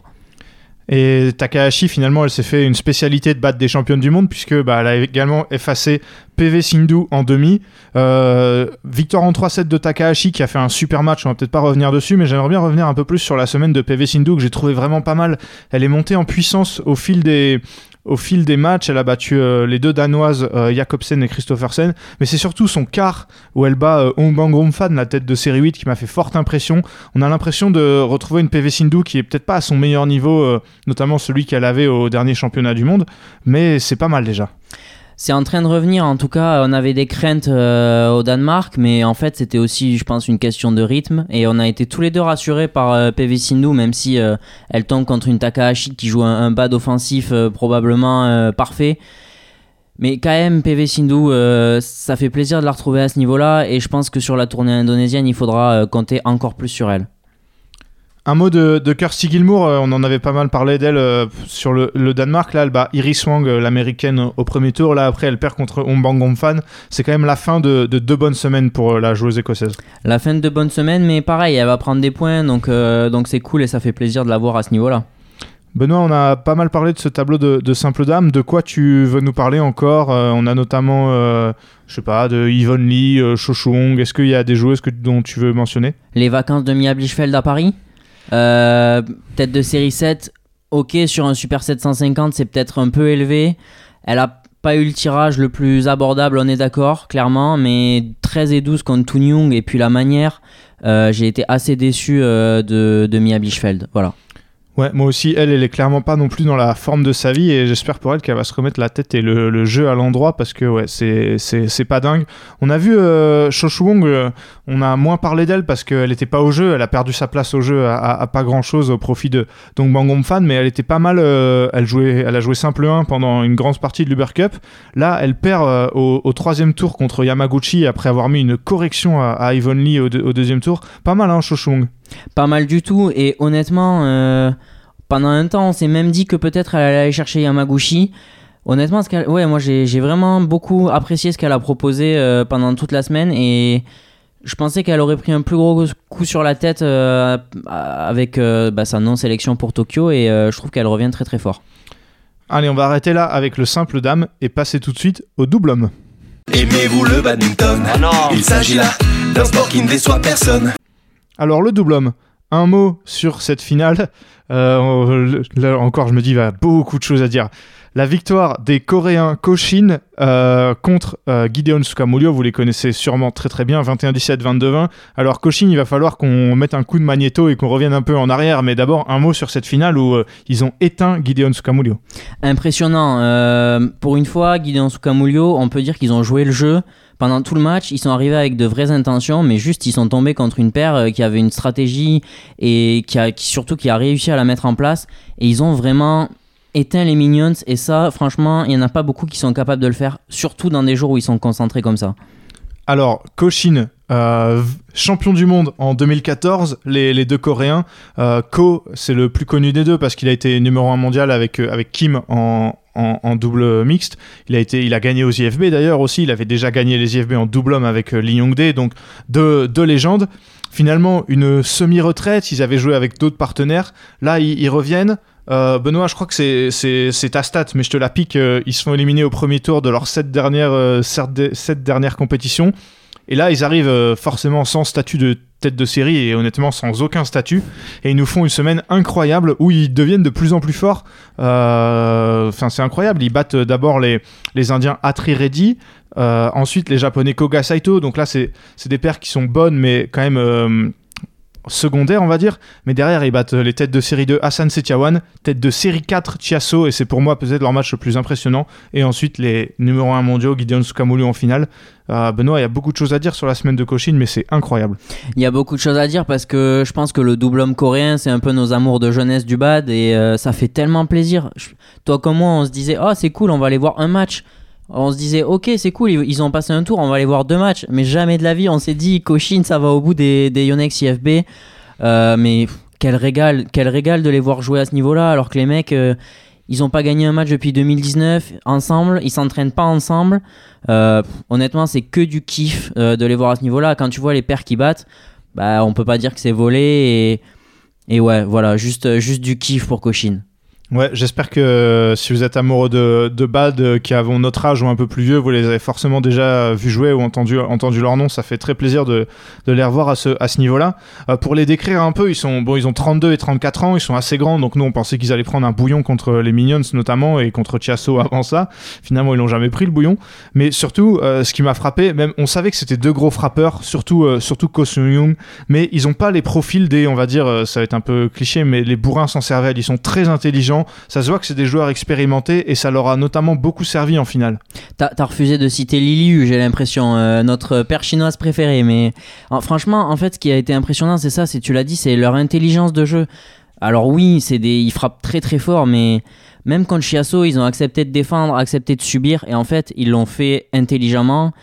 Et Takahashi, finalement, elle s'est fait une spécialité de battre des championnes du monde puisque bah, elle a également effacé P V Sindhu en demi. Euh, victoire en trois sept de Takahashi qui a fait un super match. On va peut-être pas revenir dessus, mais j'aimerais bien revenir un peu plus sur la semaine de P V Sindhu que j'ai trouvé vraiment pas mal. Elle est montée en puissance au fil des... Au fil des matchs, elle a battu euh, les deux Danoises, euh, Jacobsen et Christophersen, mais c'est surtout son quart où elle bat euh, Ongbang-Romfan, la tête de série huit, qui m'a fait forte impression. On a l'impression de retrouver une P V Sindhu qui est peut-être pas à son meilleur niveau, euh, notamment celui qu'elle avait au dernier championnat du monde, mais c'est pas mal déjà. C'est en train de revenir, en tout cas on avait des craintes euh, au Danemark, mais en fait c'était aussi je pense une question de rythme et on a été tous les deux rassurés par euh, P V Sindhu, même si euh, elle tombe contre une Takahashi qui joue un, un bad offensif euh, probablement euh, parfait, mais quand même P V Sindhu euh, ça fait plaisir de la retrouver à ce niveau là et je pense que sur la tournée indonésienne il faudra euh, compter encore plus sur elle. Un mot de, de Kirsty Gilmour, euh, on en avait pas mal parlé d'elle euh, sur le, le Danemark. Là, elle bat Iris Wang, euh, l'américaine, au, au premier tour. Là, après, elle perd contre Ongbang-Romfan. C'est quand même la fin de, de deux bonnes semaines pour euh, la joueuse écossaise. La fin de deux bonnes semaines, mais pareil, elle va prendre des points, donc, euh, donc c'est cool et ça fait plaisir de la voir à ce niveau-là. Benoît, on a pas mal parlé de ce tableau de, de simple dame. De quoi tu veux nous parler encore ? euh, On a notamment, euh, je sais pas, de Yvonne Lee, euh, Cho Choo-Wong. Est-ce qu'il y a des joueuses que, dont tu veux mentionner ? Les vacances de Mia Blichfeld à Paris ? Euh, tête de série sept, ok, sur un Super sept cent cinquante c'est peut-être un peu élevé, elle a pas eu le tirage le plus abordable, on est d'accord, clairement, mais treize et douze contre Toon Young et puis la manière, euh, j'ai été assez déçu euh, de, de Mia Blichfeld, voilà. Ouais, moi aussi, elle, elle est clairement pas non plus dans la forme de sa vie et j'espère pour elle qu'elle va se remettre la tête et le, le jeu à l'endroit parce que ouais, c'est, c'est, c'est pas dingue. On a vu euh, Cho Choo-Wong, euh, on a moins parlé d'elle parce qu'elle était pas au jeu, elle a perdu sa place au jeu à, à, à pas grand chose au profit de Ongbang-Romfan, mais elle était pas mal, euh, elle, jouait, elle a joué simple un pendant une grande partie de l'Uber Cup. Là, elle perd euh, au, au troisième tour contre Yamaguchi après avoir mis une correction à, à Yvonne Lee au, de, au deuxième tour. Pas mal, hein, Cho Choo-Wong. Pas mal du tout, et honnêtement, euh, pendant un temps, on s'est même dit que peut-être elle allait aller chercher Yamaguchi. Honnêtement, ce qu'elle, ouais, moi j'ai, j'ai vraiment beaucoup apprécié ce qu'elle a proposé euh, pendant toute la semaine, et je pensais qu'elle aurait pris un plus gros coup sur la tête euh, avec euh, bah, sa non-sélection pour Tokyo, et euh, je trouve qu'elle revient très très fort. Allez, on va arrêter là avec le simple dame et passer tout de suite au double homme. Aimez-vous le badminton ? Ah non. Il s'agit là d'un sport qui ne déçoit personne. Alors le double homme, un mot sur cette finale. Euh, là encore, je me dis, il y a beaucoup de choses à dire. La victoire des Coréens Koshin euh, contre euh, Gideon Sukamuljo, vous les connaissez sûrement très très bien, vingt et un dix-sept, vingt-deux vingt. Alors Koshin, il va falloir qu'on mette un coup de magnéto et qu'on revienne un peu en arrière, mais d'abord un mot sur cette finale où euh, ils ont éteint Gideon Sukamuljo. Impressionnant. Euh, pour une fois, Gideon Sukamuljo, on peut dire qu'ils ont joué le jeu. Pendant tout le match, ils sont arrivés avec de vraies intentions, mais juste ils sont tombés contre une paire qui avait une stratégie et qui a, qui, surtout qui a réussi à la mettre en place. Et ils ont vraiment éteint les Minions, et ça, franchement, il n'y en a pas beaucoup qui sont capables de le faire, surtout dans des jours où ils sont concentrés comme ça. Alors, Koshin, Euh, champion du monde en deux mille quatorze, les, les deux Coréens. Euh, Ko, c'est le plus connu des deux parce qu'il a été numéro un mondial avec, euh, avec Kim en, en, en double mixte. Il a, été, il a gagné aux I F B d'ailleurs aussi. Il avait déjà gagné les I F B en double homme avec euh, Lee Young-dae, donc deux, deux légendes. Finalement, une semi-retraite, ils avaient joué avec d'autres partenaires. Là, ils, ils reviennent. Euh, Benoît, je crois que c'est, c'est, c'est ta stat, mais je te la pique. Euh, ils se font éliminer au premier tour de leurs sept dernières, euh, sept dernières compétitions. Et là, ils arrivent euh, forcément sans statut de tête de série et honnêtement sans aucun statut. Et ils nous font une semaine incroyable où ils deviennent de plus en plus forts. Enfin, euh, c'est incroyable. Ils battent d'abord les, les Indiens Atri Reddy, euh, ensuite les Japonais Koga Saito. Donc là, c'est, c'est des paires qui sont bonnes, mais quand même... Euh, secondaire on va dire, mais derrière ils battent les têtes de série deux Hassan Setiawan, tête de série quatre Chiasso, et c'est pour moi peut-être leur match le plus impressionnant, et ensuite les numéro un mondiaux Gideon Sukamulu en finale. euh, Benoît, il y a beaucoup de choses à dire sur la semaine de Cochin, mais c'est incroyable. Il y a beaucoup de choses à dire parce que je pense que le double homme coréen c'est un peu nos amours de jeunesse du bad, et euh, ça fait tellement plaisir. Je... toi comme moi on se disait oh c'est cool, on va aller voir un match. On se disait ok c'est cool, ils ont passé un tour, on va aller voir deux matchs, mais jamais de la vie on s'est dit Cochin ça va au bout des, des Yonex I F B. euh, mais pff, quel régal quel régal de les voir jouer à ce niveau là alors que les mecs euh, ils ont pas gagné un match depuis deux mille dix-neuf ensemble, ils s'entraînent pas ensemble. euh, pff, honnêtement c'est que du kiff euh, de les voir à ce niveau là. Quand tu vois les paires qui battent, bah on peut pas dire que c'est volé, et, et ouais voilà juste, juste du kiff pour Cochin. Ouais, j'espère que euh, si vous êtes amoureux de, de Bad, euh, qui avons notre âge ou un peu plus vieux, vous les avez forcément déjà vus jouer ou entendu, entendu leur nom. Ça fait très plaisir de, de les revoir à ce, à ce niveau-là. Euh, pour les décrire un peu, ils, sont, bon, ils ont trente-deux et trente-quatre ans, ils sont assez grands, donc nous on pensait qu'ils allaient prendre un bouillon contre les Minions notamment et contre Chiasso avant ça. Finalement, ils l'ont jamais pris le bouillon. Mais surtout, euh, ce qui m'a frappé, même on savait que c'était deux gros frappeurs, surtout, euh, surtout Ko Sung-young, mais ils ont pas les profils des, on va dire, euh, ça va être un peu cliché, mais les bourrins sans cervelle. Ils sont très intelligents. Ça se voit que c'est des joueurs expérimentés et ça leur a notamment beaucoup servi en finale. T'as, t'as refusé de citer Liliu, j'ai l'impression, euh, notre paire chinoise préférée, mais en, franchement, en fait, ce qui a été impressionnant, c'est ça, c'est, tu l'as dit, c'est leur intelligence de jeu. Alors oui, c'est des, ils frappent très très fort, mais même contre Chiasso, ils ont accepté de défendre, accepté de subir, et en fait, ils l'ont fait intelligemment,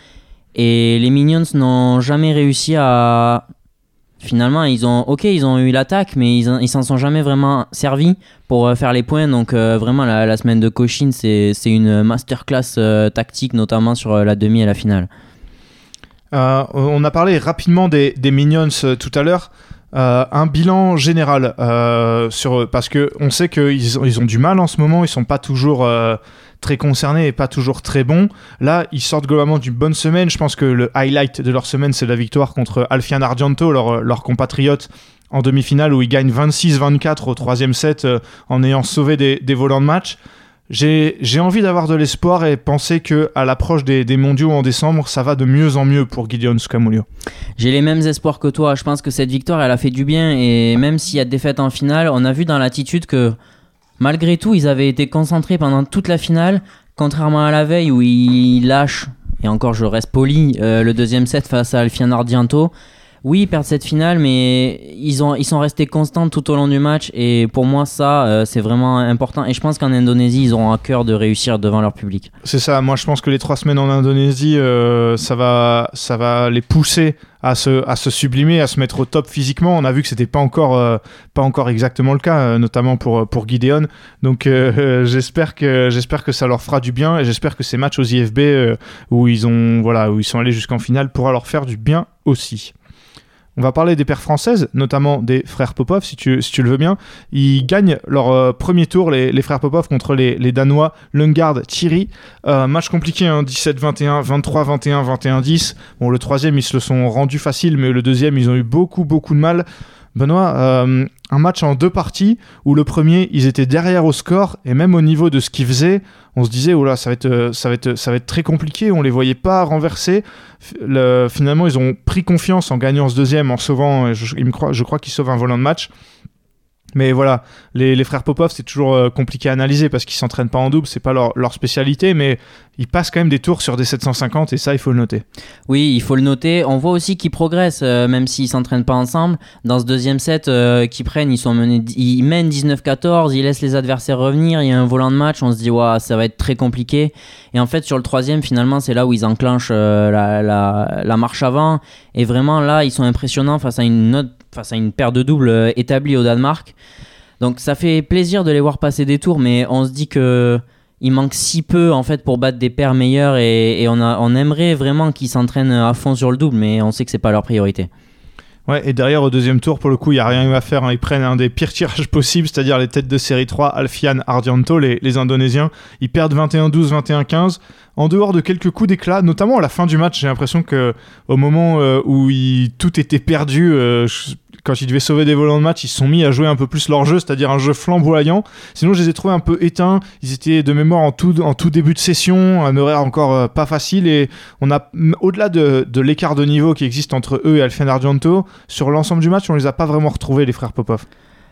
et les Minions n'ont jamais réussi à... Finalement, ils ont, ok, ils ont eu l'attaque, mais ils, ils s'en sont jamais vraiment servis pour euh, faire les points. Donc euh, vraiment, la, la semaine de Cochin, c'est, c'est une masterclass euh, tactique, notamment sur euh, la demi et la finale. Euh, on a parlé rapidement des, des Minions euh, tout à l'heure. Euh, un bilan général euh, sur, parce que on sait qu'ils ont, ils ont du mal en ce moment. Ils sont pas toujours euh, très concernés et pas toujours très bons. Là, ils sortent globalement d'une bonne semaine. Je pense que le highlight de leur semaine, c'est la victoire contre Alfian Argento, leur, leur compatriote, en demi-finale, où ils gagnent vingt-six vingt-quatre au troisième set euh, en ayant sauvé des, des volants de match. J'ai, j'ai envie d'avoir de l'espoir et penser qu'à l'approche des, des mondiaux en décembre, ça va de mieux en mieux pour Gideon Sukamulu. J'ai les mêmes espoirs que toi. Je pense que cette victoire, elle a fait du bien. Et même s'il y a défaite en finale, on a vu dans l'attitude que malgré tout, ils avaient été concentrés pendant toute la finale, contrairement à la veille où ils lâchent, et encore je reste poli, euh, le deuxième set face à Alfian Argento. Oui, ils perdent cette finale, mais ils, ont, ils sont restés constants tout au long du match. Et pour moi, ça, euh, c'est vraiment important. Et je pense qu'en Indonésie, ils auront à cœur de réussir devant leur public. C'est ça. Moi, je pense que les trois semaines en Indonésie, euh, ça va, ça va les pousser à se, à se sublimer, à se mettre au top physiquement. On a vu que c'était pas encore, euh, pas encore exactement le cas, euh, notamment pour, pour Gideon. Donc, euh, j'espère que, j'espère que ça leur fera du bien. Et j'espère que ces matchs aux I F B euh, où ils ont, voilà, où ils sont allés jusqu'en finale pourra leur faire du bien aussi. On va parler des paires françaises, notamment des frères Popov, si tu, si tu le veux bien. Ils gagnent leur euh, premier tour, les, les frères Popov, contre les, les Danois Lundgaard Thierry. Euh, match compliqué, hein, dix-sept vingt et un, vingt-trois vingt et un, vingt et un dix. Bon, le troisième, ils se le sont rendus facile, mais le deuxième, ils ont eu beaucoup, beaucoup de mal. Benoît, euh, un match en deux parties où le premier, ils étaient derrière au score et même au niveau de ce qu'ils faisaient, on se disait oh là, ça va être, ça va être, ça va être très compliqué. On les voyait pas renverser. Le, finalement, ils ont pris confiance en gagnant ce deuxième, en sauvant. Je, il me crois, je crois qu'ils sauvent un volant de match. Mais voilà, les, les frères Popov, c'est toujours euh, compliqué à analyser parce qu'ils s'entraînent pas en double, c'est pas leur, leur spécialité, mais ils passent quand même des tours sur des sept cent cinquante et ça, il faut le noter. Oui, il faut le noter. On voit aussi qu'ils progressent, euh, même s'ils s'entraînent pas ensemble. Dans ce deuxième set euh, qu'ils prennent, ils, sont menés, ils mènent dix-neuf quatorze, ils laissent les adversaires revenir, il y a un volant de match, on se dit ouais, ça va être très compliqué. Et en fait, sur le troisième, finalement, c'est là où ils enclenchent euh, la, la, la marche avant. Et vraiment, là, ils sont impressionnants face à une autre face à une paire de doubles établie au Danemark. Donc ça fait plaisir de les voir passer des tours, mais on se dit que il manque si peu en fait pour battre des paires meilleures et, et on, a, on aimerait vraiment qu'ils s'entraînent à fond sur le double, mais on sait que c'est pas leur priorité. Ouais, et derrière au deuxième tour, pour le coup, il n'y a rien à faire. Hein. Ils prennent un des pires tirages possibles, c'est-à-dire les têtes de série trois, Alfian Ardianto, les, les Indonésiens. Ils perdent vingt et un douze, vingt et un quinze. En dehors de quelques coups d'éclat, notamment à la fin du match, j'ai l'impression qu'au moment euh, où il, tout était perdu, euh, quand ils devaient sauver des volants de match, ils se sont mis à jouer un peu plus leur jeu, c'est-à-dire un jeu flamboyant. Sinon, je les ai trouvés un peu éteints. Ils étaient de mémoire en tout, en tout début de session, un horaire encore euh, pas facile. Et on a, au-delà de, de l'écart de niveau qui existe entre eux et Alfian Ardianto, sur l'ensemble du match, on les a pas vraiment retrouvés, les frères Popov.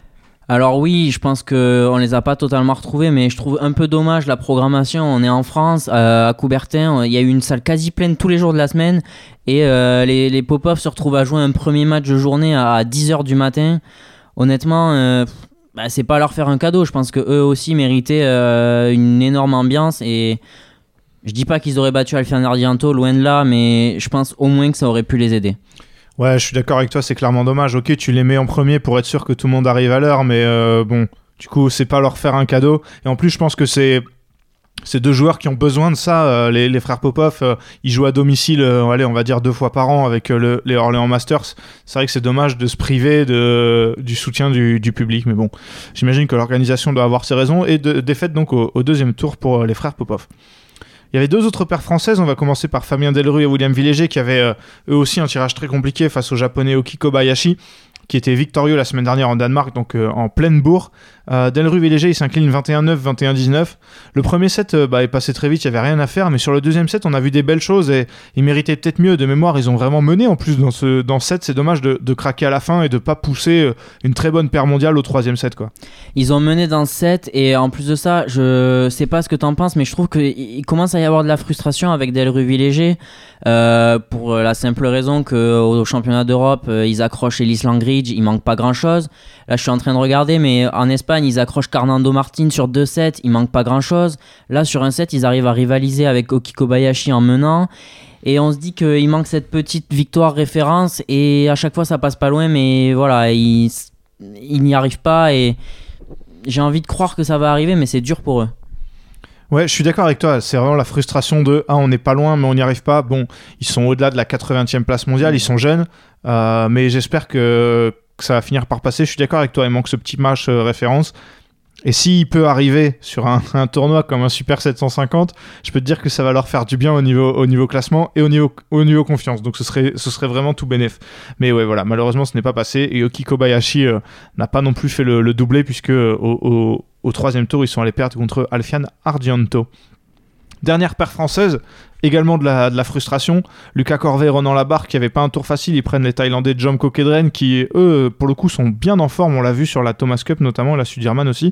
Alors oui, je pense qu'on les a pas totalement retrouvés, mais je trouve un peu dommage la programmation. On est en France, euh, à Coubertin, il y a eu une salle quasi pleine tous les jours de la semaine, et euh, les, les Popov se retrouvent à jouer un premier match de journée à dix heures du matin. Honnêtement, euh, bah, c'est pas leur faire un cadeau. Je pense qu'eux aussi méritaient euh, une énorme ambiance, et je dis pas qu'ils auraient battu Alfian Ardianto, loin de là, mais je pense au moins que ça aurait pu les aider. Ouais, je suis d'accord avec toi, c'est clairement dommage. Ok, tu les mets en premier pour être sûr que tout le monde arrive à l'heure, mais euh, bon, du coup, c'est pas leur faire un cadeau. Et en plus, je pense que c'est, c'est deux joueurs qui ont besoin de ça. Euh, les, les frères Popov, euh, ils jouent à domicile, euh, allez, on va dire deux fois par an avec euh, le, les Orléans Masters. C'est vrai que c'est dommage de se priver de, du soutien du, du public, mais bon, j'imagine que l'organisation doit avoir ses raisons. Et de, défaite donc au, au deuxième tour pour euh, les frères Popov. Il y avait deux autres paires françaises, on va commencer par Fabien Delru et William Villéger qui avaient euh, eux aussi un tirage très compliqué face au japonais Oki Kobayashi qui était victorieux la semaine dernière en Danemark, donc euh, en pleine bourre. Euh, Delru Villéger, il s'incline vingt et un neuf, vingt et un dix-neuf. Le premier set euh, bah, est passé très vite, il n'y avait rien à faire, mais sur le deuxième set, on a vu des belles choses et ils méritaient peut-être mieux. De mémoire, ils ont vraiment mené en plus dans ce, dans ce set. C'est dommage de, de craquer à la fin et de ne pas pousser euh, une très bonne paire mondiale au troisième set, quoi. Ils ont mené dans ce set et en plus de ça, je sais pas ce que t'en penses, mais je trouve qu'il commence à y avoir de la frustration avec Delru Villéger euh, pour la simple raison qu'au championnat d'Europe, euh, ils accrochent Ellis Langridge, il manque pas grand-chose. Là, je suis en train de regarder, mais en Espagne, ils accrochent Fernando Martin sur deux sets, il manque pas grand-chose. Là, sur un set, ils arrivent à rivaliser avec Oki Kobayashi en menant. Et on se dit qu'il manque cette petite victoire référence et à chaque fois, ça passe pas loin, mais voilà, ils, ils n'y arrivent pas et j'ai envie de croire que ça va arriver, mais c'est dur pour eux. Ouais, je suis d'accord avec toi, c'est vraiment la frustration de « Ah, on n'est pas loin, mais on n'y arrive pas ». Bon, ils sont au-delà de la quatre-vingtième place mondiale, ils sont jeunes, euh, mais j'espère que, que ça va finir par passer. Je suis d'accord avec toi, il manque ce petit match euh, référence. Et s'il peut arriver sur un, un tournoi comme un Super sept cent cinquante, je peux te dire que ça va leur faire du bien au niveau, au niveau classement et au niveau, au niveau confiance. Donc ce serait, ce serait vraiment tout bénef. Mais ouais, voilà, malheureusement, ce n'est pas passé. Et Oki Kobayashi euh, n'a pas non plus fait le, le doublé, puisque euh, au, au, au troisième tour, ils sont allés perdre contre Alfian Ardianto. Dernière paire française, également de la, de la frustration. Lucas Corvet et Ronan Labarre qui n'avaient pas un tour facile, ils prennent les Thaïlandais Jomko Kedren qui, eux, pour le coup, sont bien en forme. On l'a vu sur la Thomas Cup notamment, la Sudirman aussi.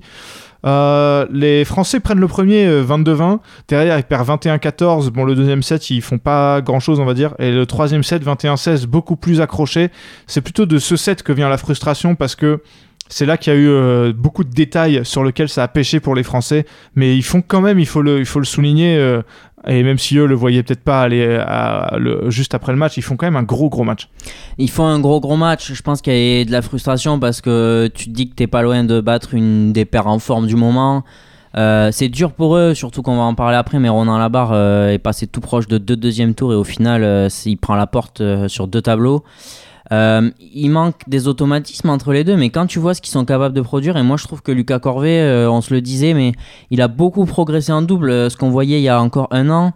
Euh, les Français prennent le premier euh, vingt-deux vingt. Derrière, ils perdent vingt et un quatorze. Bon, le deuxième set, ils font pas grand-chose, on va dire. Et le troisième set, vingt et un seize, beaucoup plus accroché. C'est plutôt de ce set que vient la frustration parce que c'est là qu'il y a eu euh, beaucoup de détails sur lesquels ça a pêché pour les Français, mais ils font quand même, il faut le, il faut le souligner, euh, et même si eux le voyaient peut-être pas aller à, à, le, juste après le match, ils font quand même un gros gros match. Ils font un gros gros match, je pense qu'il y a de la frustration parce que tu te dis que t'es pas loin de battre une des paires en forme du moment. Euh, c'est dur pour eux, surtout qu'on va en parler après, mais Ronan Labarre euh, est passé tout proche de deux deuxième tours et au final euh, il prend la porte euh, sur deux tableaux. Euh, il manque des automatismes entre les deux, mais quand tu vois ce qu'ils sont capables de produire, et moi je trouve que Lucas Corvet, euh, on se le disait, mais il a beaucoup progressé en double, euh, ce qu'on voyait il y a encore un an,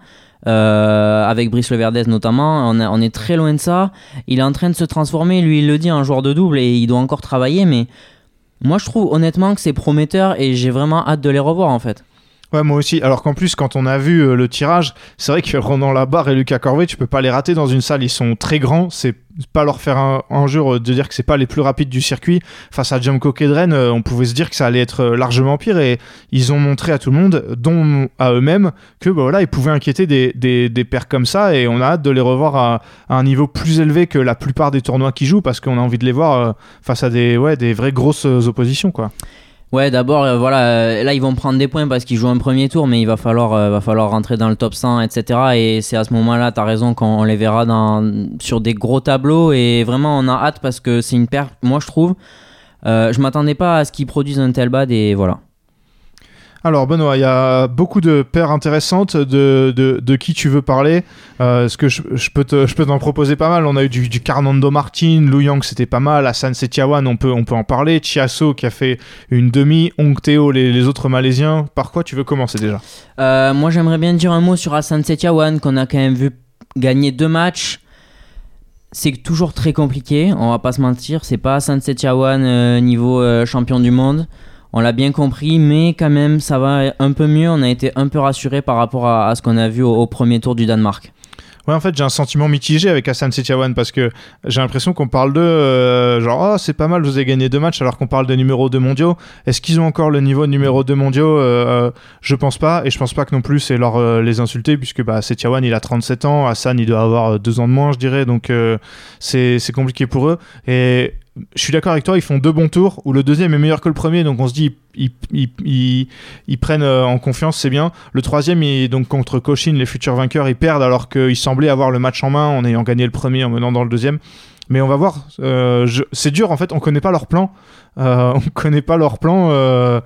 euh, avec Brice Leverdez notamment, on, a, on est très loin de ça. Il est en train de se transformer, lui il le dit, en joueur de double, et il doit encore travailler, mais moi je trouve honnêtement que c'est prometteur, et j'ai vraiment hâte de les revoir en fait. Ouais, moi aussi. Alors qu'en plus, quand on a vu euh, le tirage, c'est vrai que Ronan Labarre et Lucas Corvée, tu peux pas les rater dans une salle. Ils sont très grands. C'est pas leur faire un injure de dire que c'est pas les plus rapides du circuit. Face à Jemco Kedren, euh, on pouvait se dire que ça allait être largement pire. Et ils ont montré à tout le monde, dont à eux-mêmes, que bah, voilà, ils pouvaient inquiéter des, des, des pairs comme ça. Et on a hâte de les revoir à, à un niveau plus élevé que la plupart des tournois qu'ils jouent, parce qu'on a envie de les voir euh, face à des, ouais, des vraies grosses oppositions, quoi. Ouais, d'abord, euh, voilà, euh, là ils vont prendre des points parce qu'ils jouent un premier tour, mais il va falloir, euh, va falloir rentrer dans le top cent, et cetera. Et c'est à ce moment-là, t'as raison, quand on les verra dans, sur des gros tableaux. Et vraiment, on a hâte parce que c'est une paire, moi je trouve, euh, je m'attendais pas à ce qu'ils produisent un tel bad et voilà. Alors Benoît, il y a beaucoup de paires intéressantes. De, de, de qui tu veux parler? euh, Est-ce que je, je peux te, je peux t'en proposer pas mal. On a eu du, du Fernando Martin, Lu Yang, c'était pas mal. Hassan Setiawan, on peut, on peut en parler. Chiasso qui a fait une demi. Hong Teo, les, les autres Malaisiens. Par quoi tu veux commencer déjà? euh, Moi j'aimerais bien dire un mot sur Hassan Setiawan, qu'on a quand même vu gagner deux matchs. C'est toujours très compliqué, on va pas se mentir. C'est pas Hassan Setiawan euh, niveau euh, champion du monde. On l'a bien compris, mais quand même, ça va un peu mieux. On a été un peu rassurés par rapport à, à ce qu'on a vu au, au premier tour du Danemark. Ouais, en fait, j'ai un sentiment mitigé avec Hassan Setiawan parce que j'ai l'impression qu'on parle de euh, genre, oh, c'est pas mal, vous avez gagné deux matchs, alors qu'on parle des numéros deux mondiaux. Est-ce qu'ils ont encore le niveau de numéro deux mondiaux? euh, Je pense pas, et je pense pas que non plus c'est leur euh, les insulter, puisque bah, Setiawan il a trente-sept ans, Hassan il doit avoir deux ans de moins, je dirais, donc euh, c'est, c'est compliqué pour eux. Et je suis d'accord avec toi, ils font deux bons tours où le deuxième est meilleur que le premier, donc on se dit ils, ils, ils, ils prennent en confiance, c'est bien. Le troisième, il, donc contre Cochin, les futurs vainqueurs, ils perdent alors qu'ils semblaient avoir le match en main en ayant gagné le premier, en menant dans le deuxième. Mais on va voir, euh, je, c'est dur en fait, on connaît pas leur plan, euh, on connaît pas leur plan. Euh,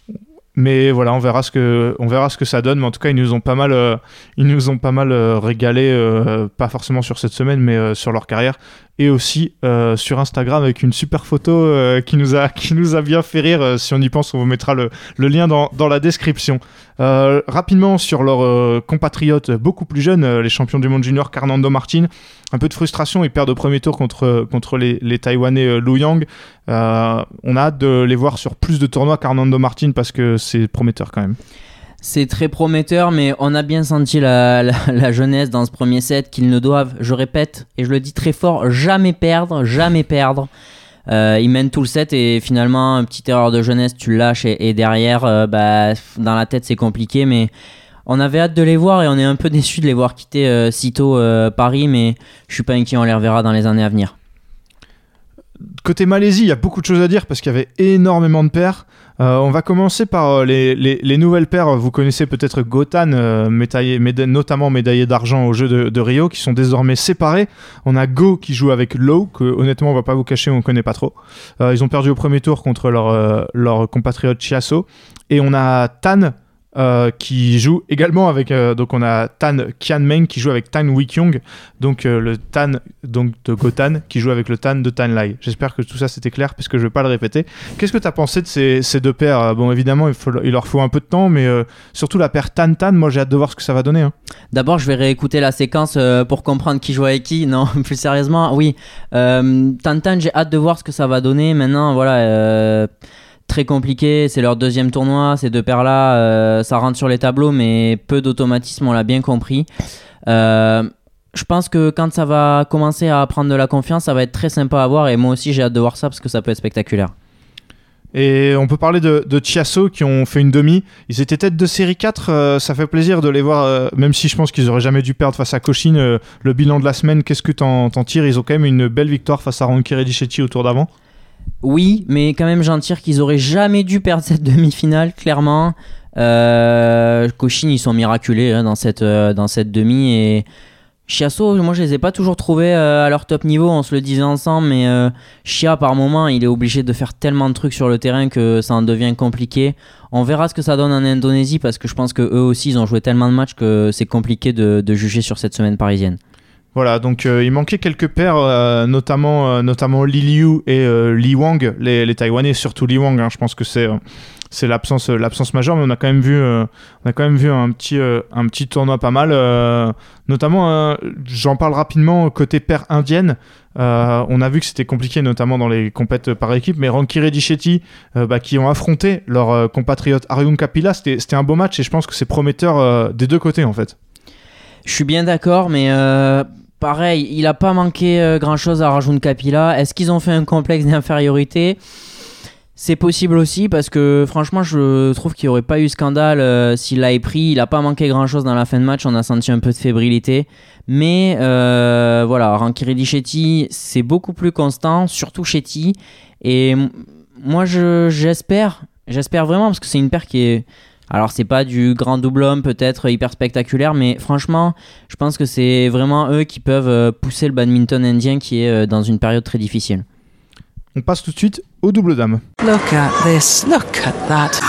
Mais voilà, on verra ce que on verra ce que ça donne. Mais en tout cas, ils nous ont pas mal, euh, ils nous ont pas mal euh, régalé, euh, pas forcément sur cette semaine, mais euh, sur leur carrière, et aussi euh, sur Instagram avec une super photo euh, qui nous a qui nous a bien fait rire. Euh, si on y pense, on vous mettra le, le lien dans dans la description. Euh, rapidement sur leurs euh, compatriotes beaucoup plus jeunes, euh, les champions du monde junior, Fernando Martin. Un peu de frustration, ils perdent au premier tour contre, contre les, les Taïwanais euh, Lu Yang. Euh, on a hâte de les voir sur plus de tournois qu'Arnando Martin parce que c'est prometteur quand même. C'est très prometteur, mais on a bien senti la, la, la jeunesse dans ce premier set qu'ils ne doivent, je répète, et je le dis très fort, jamais perdre, jamais perdre. Euh, ils mènent tout le set et finalement, une petite erreur de jeunesse, tu le lâches et, et derrière, euh, bah, dans la tête c'est compliqué, mais... On avait hâte de les voir et on est un peu déçus de les voir quitter euh, si tôt euh, Paris, mais je suis pas inquiet, on les reverra dans les années à venir. Côté Malaisie, il y a beaucoup de choses à dire parce qu'il y avait énormément de paires. Euh, on va commencer par euh, les, les, les nouvelles paires. Vous connaissez peut-être Gotan, euh, médaillé, méda- notamment médaillé d'argent aux Jeux de, de Rio, qui sont désormais séparés. On a Go qui joue avec Low, que honnêtement on va pas vous cacher, on ne connaît pas trop. Euh, ils ont perdu au premier tour contre leur, euh, leur compatriote Chiasso. Et on a Tan, Euh, qui joue également avec euh, donc on a Tan Kianmeng qui joue avec Tan Wikyong, donc euh, le Tan donc de Gotan qui joue avec le Tan de Tan Lai. J'espère que tout ça c'était clair puisque je vais pas le répéter. Qu'est-ce que tu as pensé de ces, ces deux paires? Bon, évidemment il, faut, il leur faut un peu de temps, mais euh, surtout la paire Tan Tan, moi j'ai hâte de voir ce que ça va donner, hein. D'abord je vais réécouter la séquence euh, pour comprendre qui joue avec qui. Non, plus sérieusement, oui, euh, Tan Tan, j'ai hâte de voir ce que ça va donner. Maintenant voilà, euh, très compliqué, c'est leur deuxième tournoi, ces deux paires là, euh, ça rentre sur les tableaux, mais peu d'automatisme, on l'a bien compris. Euh, je pense que quand ça va commencer à prendre de la confiance, ça va être très sympa à voir, et moi aussi j'ai hâte de voir ça parce que ça peut être spectaculaire. Et on peut parler de, de Chiasso qui ont fait une demi. Ils étaient tête de série quatre, euh, ça fait plaisir de les voir, euh, même si je pense qu'ils auraient jamais dû perdre face à Cochin. Euh, le bilan de la semaine, qu'est-ce que t'en, t'en tires? Ils ont quand même une belle victoire face à Ronki Redichetti au tour d'avant. Oui, mais quand même j'en tire qu'ils auraient jamais dû perdre cette demi-finale, clairement. Euh, Cochin, ils sont miraculés hein, dans, cette, euh, dans cette demi, et Chiasso, moi je les ai pas toujours trouvés euh, à leur top niveau, on se le disait ensemble, mais euh, Chia par moment il est obligé de faire tellement de trucs sur le terrain que ça en devient compliqué. On verra ce que ça donne en Indonésie parce que je pense que eux aussi ils ont joué tellement de matchs que c'est compliqué de, de juger sur cette semaine parisienne. Voilà, donc euh, il manquait quelques paires, euh, notamment, euh, notamment Li Liu et euh, Li Wang, les, les Taïwanais, surtout Li Wang, hein, je pense que c'est, euh, c'est l'absence, l'absence majeure, mais on a quand même vu, euh, on a quand même vu un petit, euh, un petit tournoi pas mal. Euh, notamment, euh, j'en parle rapidement côté paire indienne. Euh, on a vu que c'était compliqué, notamment dans les compètes par équipe, mais Ranki Reddy-Shetty, euh, bah, qui ont affronté leur euh, compatriote Arjun Kapila, c'était, c'était un beau match et je pense que c'est prometteur euh, des deux côtés en fait. Je suis bien d'accord, mais euh, pareil, il a pas manqué euh, grand chose à Arjun Kapila. Est-ce qu'ils ont fait un complexe d'infériorité ? C'est possible aussi parce que franchement je trouve qu'il n'y aurait pas eu scandale euh, s'il l'avait pris. Il n'a pas manqué grand chose dans la fin de match, on a senti un peu de fébrilité. Mais euh, voilà, Ranki Reddy-Shetty c'est beaucoup plus constant, surtout Shetty. Et m- moi je, j'espère, j'espère vraiment parce que c'est une paire qui est... Alors c'est pas du grand double homme peut-être hyper spectaculaire, mais franchement je pense que c'est vraiment eux qui peuvent pousser le badminton indien qui est dans une période très difficile. On passe tout de suite au double dame. Look at this, look at that.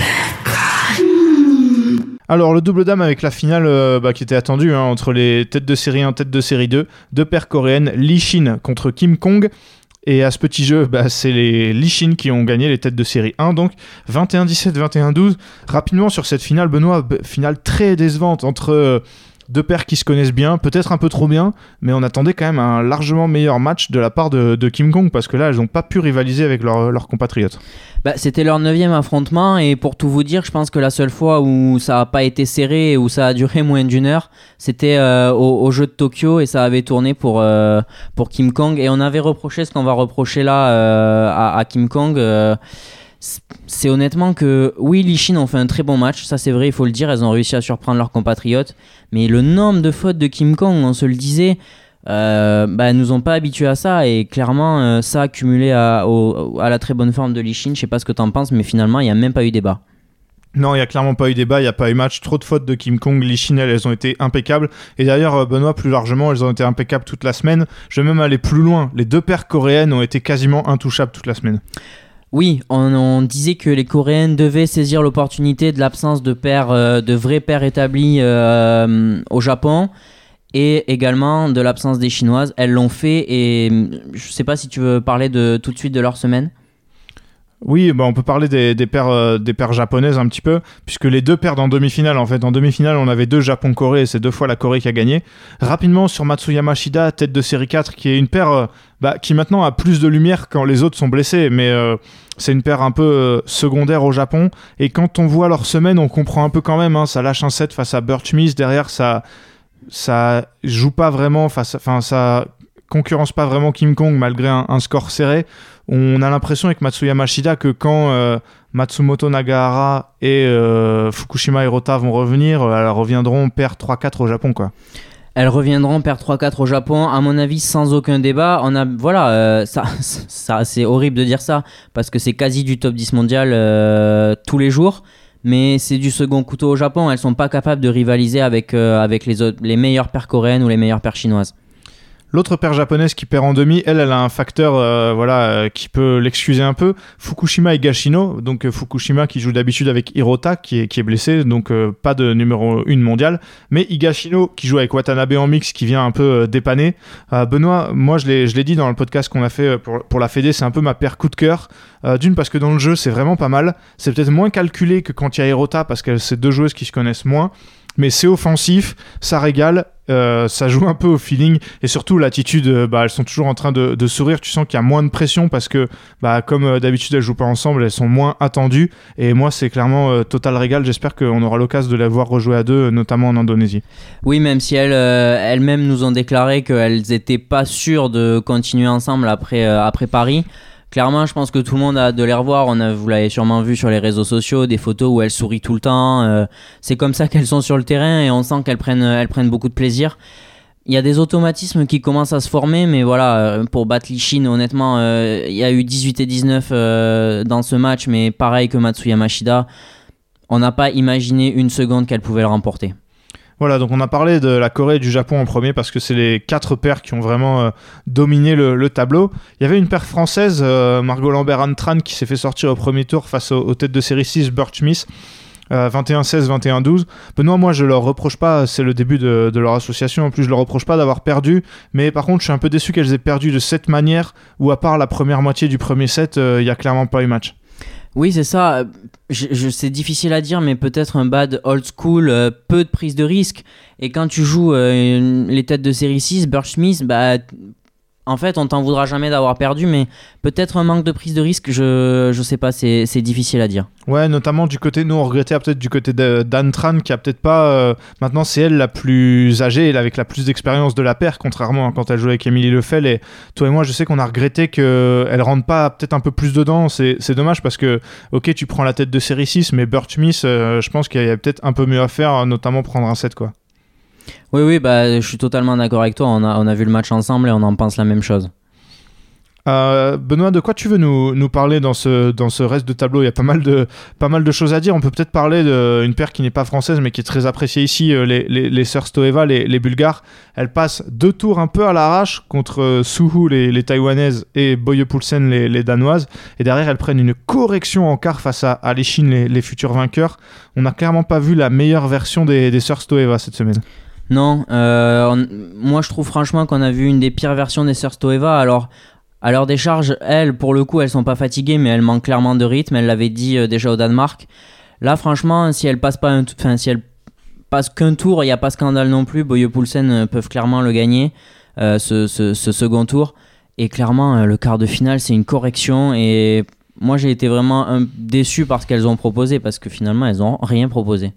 Alors le double dame avec la finale euh, bah, qui était attendue hein, entre les têtes de série un, têtes de série deux, deux paires coréennes, Lee Shin contre Kim Kong. Et à ce petit jeu, bah, c'est les Lee Shin qui ont gagné les têtes de série un, donc vingt et un dix-sept, vingt et un douze. Rapidement sur cette finale, Benoît, b- finale très décevante entre... Euh, deux paires qui se connaissent bien, peut-être un peu trop bien, mais on attendait quand même un largement meilleur match de la part de, de Kim Kong, parce que là, elles n'ont pas pu rivaliser avec leurs leur compatriotes. Bah, c'était leur neuvième affrontement, et pour tout vous dire, je pense que la seule fois où ça n'a pas été serré et où ça a duré moins d'une heure, c'était euh, au, au jeu de Tokyo, et ça avait tourné pour, euh, pour Kim Kong, et on avait reproché ce qu'on va reprocher là euh, à, à Kim Kong. Euh, c'est honnêtement que oui, Lee Shin ont fait un très bon match, ça c'est vrai, il faut le dire, elles ont réussi à surprendre leurs compatriotes, mais le nombre de fautes de Kim Kong, on se le disait, euh, bah, nous ont pas habitués à ça, et clairement euh, ça a cumulé à, au, à la très bonne forme de Lee Shin. Je sais pas ce que t'en penses, mais finalement il n'y a même pas eu débat. Non, il n'y a clairement pas eu débat, il n'y a pas eu match, trop de fautes de Kim Kong, Lee Shin, elles, elles ont été impeccables, et d'ailleurs Benoît, plus largement, elles ont été impeccables toute la semaine. Je vais même aller plus loin, les deux paires coréennes ont été quasiment intouchables toute la semaine. Oui, on, on disait que les Coréennes devaient saisir l'opportunité de l'absence de paires, euh, de vrais paires établis euh, au Japon, et également de l'absence des Chinoises. Elles l'ont fait, et je sais pas si tu veux parler de, tout de suite de leur semaine. Oui, bah on peut parler des, des, paires, euh, des paires japonaises un petit peu, puisque les deux perdent en demi-finale. En fait, en demi-finale, on avait deux Japon-Corée, et c'est deux fois la Corée qui a gagné. Rapidement, sur Matsuyama Shida, tête de série quatre, qui est une paire euh, bah, qui maintenant a plus de lumière quand les autres sont blessés, mais euh, c'est une paire un peu euh, secondaire au Japon. Et quand on voit leur semaine, on comprend un peu quand même, hein, ça lâche un set face à Birch Miss, derrière, ça, ça joue pas vraiment, face, enfin, ça concurrence pas vraiment Kim Kong, malgré un, un score serré. On a l'impression avec Matsuyama Shida que quand euh, Matsumoto Nagahara et euh, Fukushima Hirota vont revenir, euh, elles reviendront paire trois quatre au Japon, quoi. Elles reviendront paire trois quatre au Japon, à mon avis, sans aucun débat. On a, voilà, euh, ça, ça, c'est horrible de dire ça, parce que c'est quasi du top dix mondial euh, tous les jours, mais c'est du second couteau au Japon. Elles sont pas capables de rivaliser avec, euh, avec les, autres, les meilleures paires coréennes ou les meilleures paires chinoises. L'autre paire japonaise qui perd en demi, elle, elle a un facteur euh, voilà, euh, qui peut l'excuser un peu. Fukushima et Higashino, donc euh, Fukushima qui joue d'habitude avec Hirota qui est, qui est blessé, donc euh, pas de numéro un mondial. Mais Higashino qui joue avec Watanabe en mix, qui vient un peu euh, dépanner. Euh, Benoît, moi je l'ai, je l'ai dit dans le podcast qu'on a fait pour, pour la Fédé, c'est un peu ma paire coup de cœur. Euh, d'une parce que dans le jeu c'est vraiment pas mal. C'est peut-être moins calculé que quand il y a Hirota parce que c'est deux joueuses qui se connaissent moins. Mais c'est offensif, ça régale, euh, ça joue un peu au feeling, et surtout l'attitude, euh, bah, elles sont toujours en train de, de sourire, tu sens qu'il y a moins de pression parce que bah, comme euh, d'habitude elles jouent pas ensemble, elles sont moins attendues, et moi c'est clairement euh, total régal. J'espère qu'on aura l'occasion de les voir rejouer à deux, notamment en Indonésie. Oui, même si elles, euh, elles-mêmes nous ont déclaré qu'elles n'étaient pas sûres de continuer ensemble après, euh, après Paris. Clairement, je pense que tout le monde a hâte de les revoir. On a, vous l'avez sûrement vu sur les réseaux sociaux, des photos où elles sourient tout le temps. Euh, c'est comme ça qu'elles sont sur le terrain, et on sent qu'elles prennent, elles prennent beaucoup de plaisir. Il y a des automatismes qui commencent à se former, mais voilà, pour battre Lee Shin, honnêtement, euh, il y a eu dix-huit et dix-neuf euh, dans ce match, mais pareil que Matsuyama Shida, on n'a pas imaginé une seconde qu'elle pouvait le remporter. Voilà, donc on a parlé de la Corée et du Japon en premier parce que c'est les quatre paires qui ont vraiment euh, dominé le, le tableau. Il y avait une paire française, euh, Margot Lambert-Antran, qui s'est fait sortir au premier tour face aux, aux têtes de série six, Birch Miss, euh, vingt et un seize, vingt et un douze. Benoît, moi je leur reproche pas, c'est le début de, de leur association, en plus je leur reproche pas d'avoir perdu, mais par contre je suis un peu déçu qu'elles aient perdu de cette manière, où à part la première moitié du premier set, il euh, y a clairement pas eu match. Oui, c'est ça. Je, je, c'est difficile à dire, mais peut-être un bad old school, euh, peu de prise de risque. Et quand tu joues euh, une, les têtes de série six, Burch Smith, bah, en fait, on t'en voudra jamais d'avoir perdu, mais peut-être un manque de prise de risque, je, je sais pas, c'est, c'est difficile à dire. Ouais, notamment du côté, nous on regrettait peut-être du côté de, d'Anne Tran, qui a peut-être pas. Euh, maintenant, c'est elle la plus âgée, elle avec la plus d'expérience de la paire, contrairement à quand elle jouait avec Émilie Lefel. Et toi et moi, je sais qu'on a regretté qu'elle rentre pas peut-être un peu plus dedans. C'est, c'est dommage parce que, ok, tu prends la tête de série six, mais Burch Smith, euh, je pense qu'il y a peut-être un peu mieux à faire, notamment prendre un set, quoi. Oui, oui, bah, je suis totalement d'accord avec toi. On a, on a vu le match ensemble et on en pense la même chose. Euh, Benoît, de quoi tu veux nous, nous parler dans ce, dans ce reste de tableau ? Il y a pas mal de, pas mal de choses à dire. On peut peut-être parler d'une paire qui n'est pas française mais qui est très appréciée ici, les, les, les sœurs Stoeva, les, les Bulgares. Elles passent deux tours un peu à l'arrache contre Suhu, les, les Taïwanaises, et Boye Poulsen, les, les Danoises. Et derrière, elles prennent une correction en quart face à Alichin, les, les futurs vainqueurs. On n'a clairement pas vu la meilleure version des, des sœurs Stoeva cette semaine. Non, euh, on, moi je trouve franchement qu'on a vu une des pires versions des sœurs Stoeva. Alors, à leur décharge, elles, pour le coup, elles sont pas fatiguées, mais elles manquent clairement de rythme. Elles l'avaient dit euh, déjà au Danemark. Là, franchement, si elles passent pas, un t- enfin si elles passent qu'un tour, il y a pas scandale non plus. Boye Poulsen euh, peuvent clairement le gagner, euh, ce, ce, ce second tour. Et clairement, euh, le quart de finale, c'est une correction. Et moi, j'ai été vraiment un, déçu par ce qu'elles ont proposé, parce que finalement, elles ont rien proposé.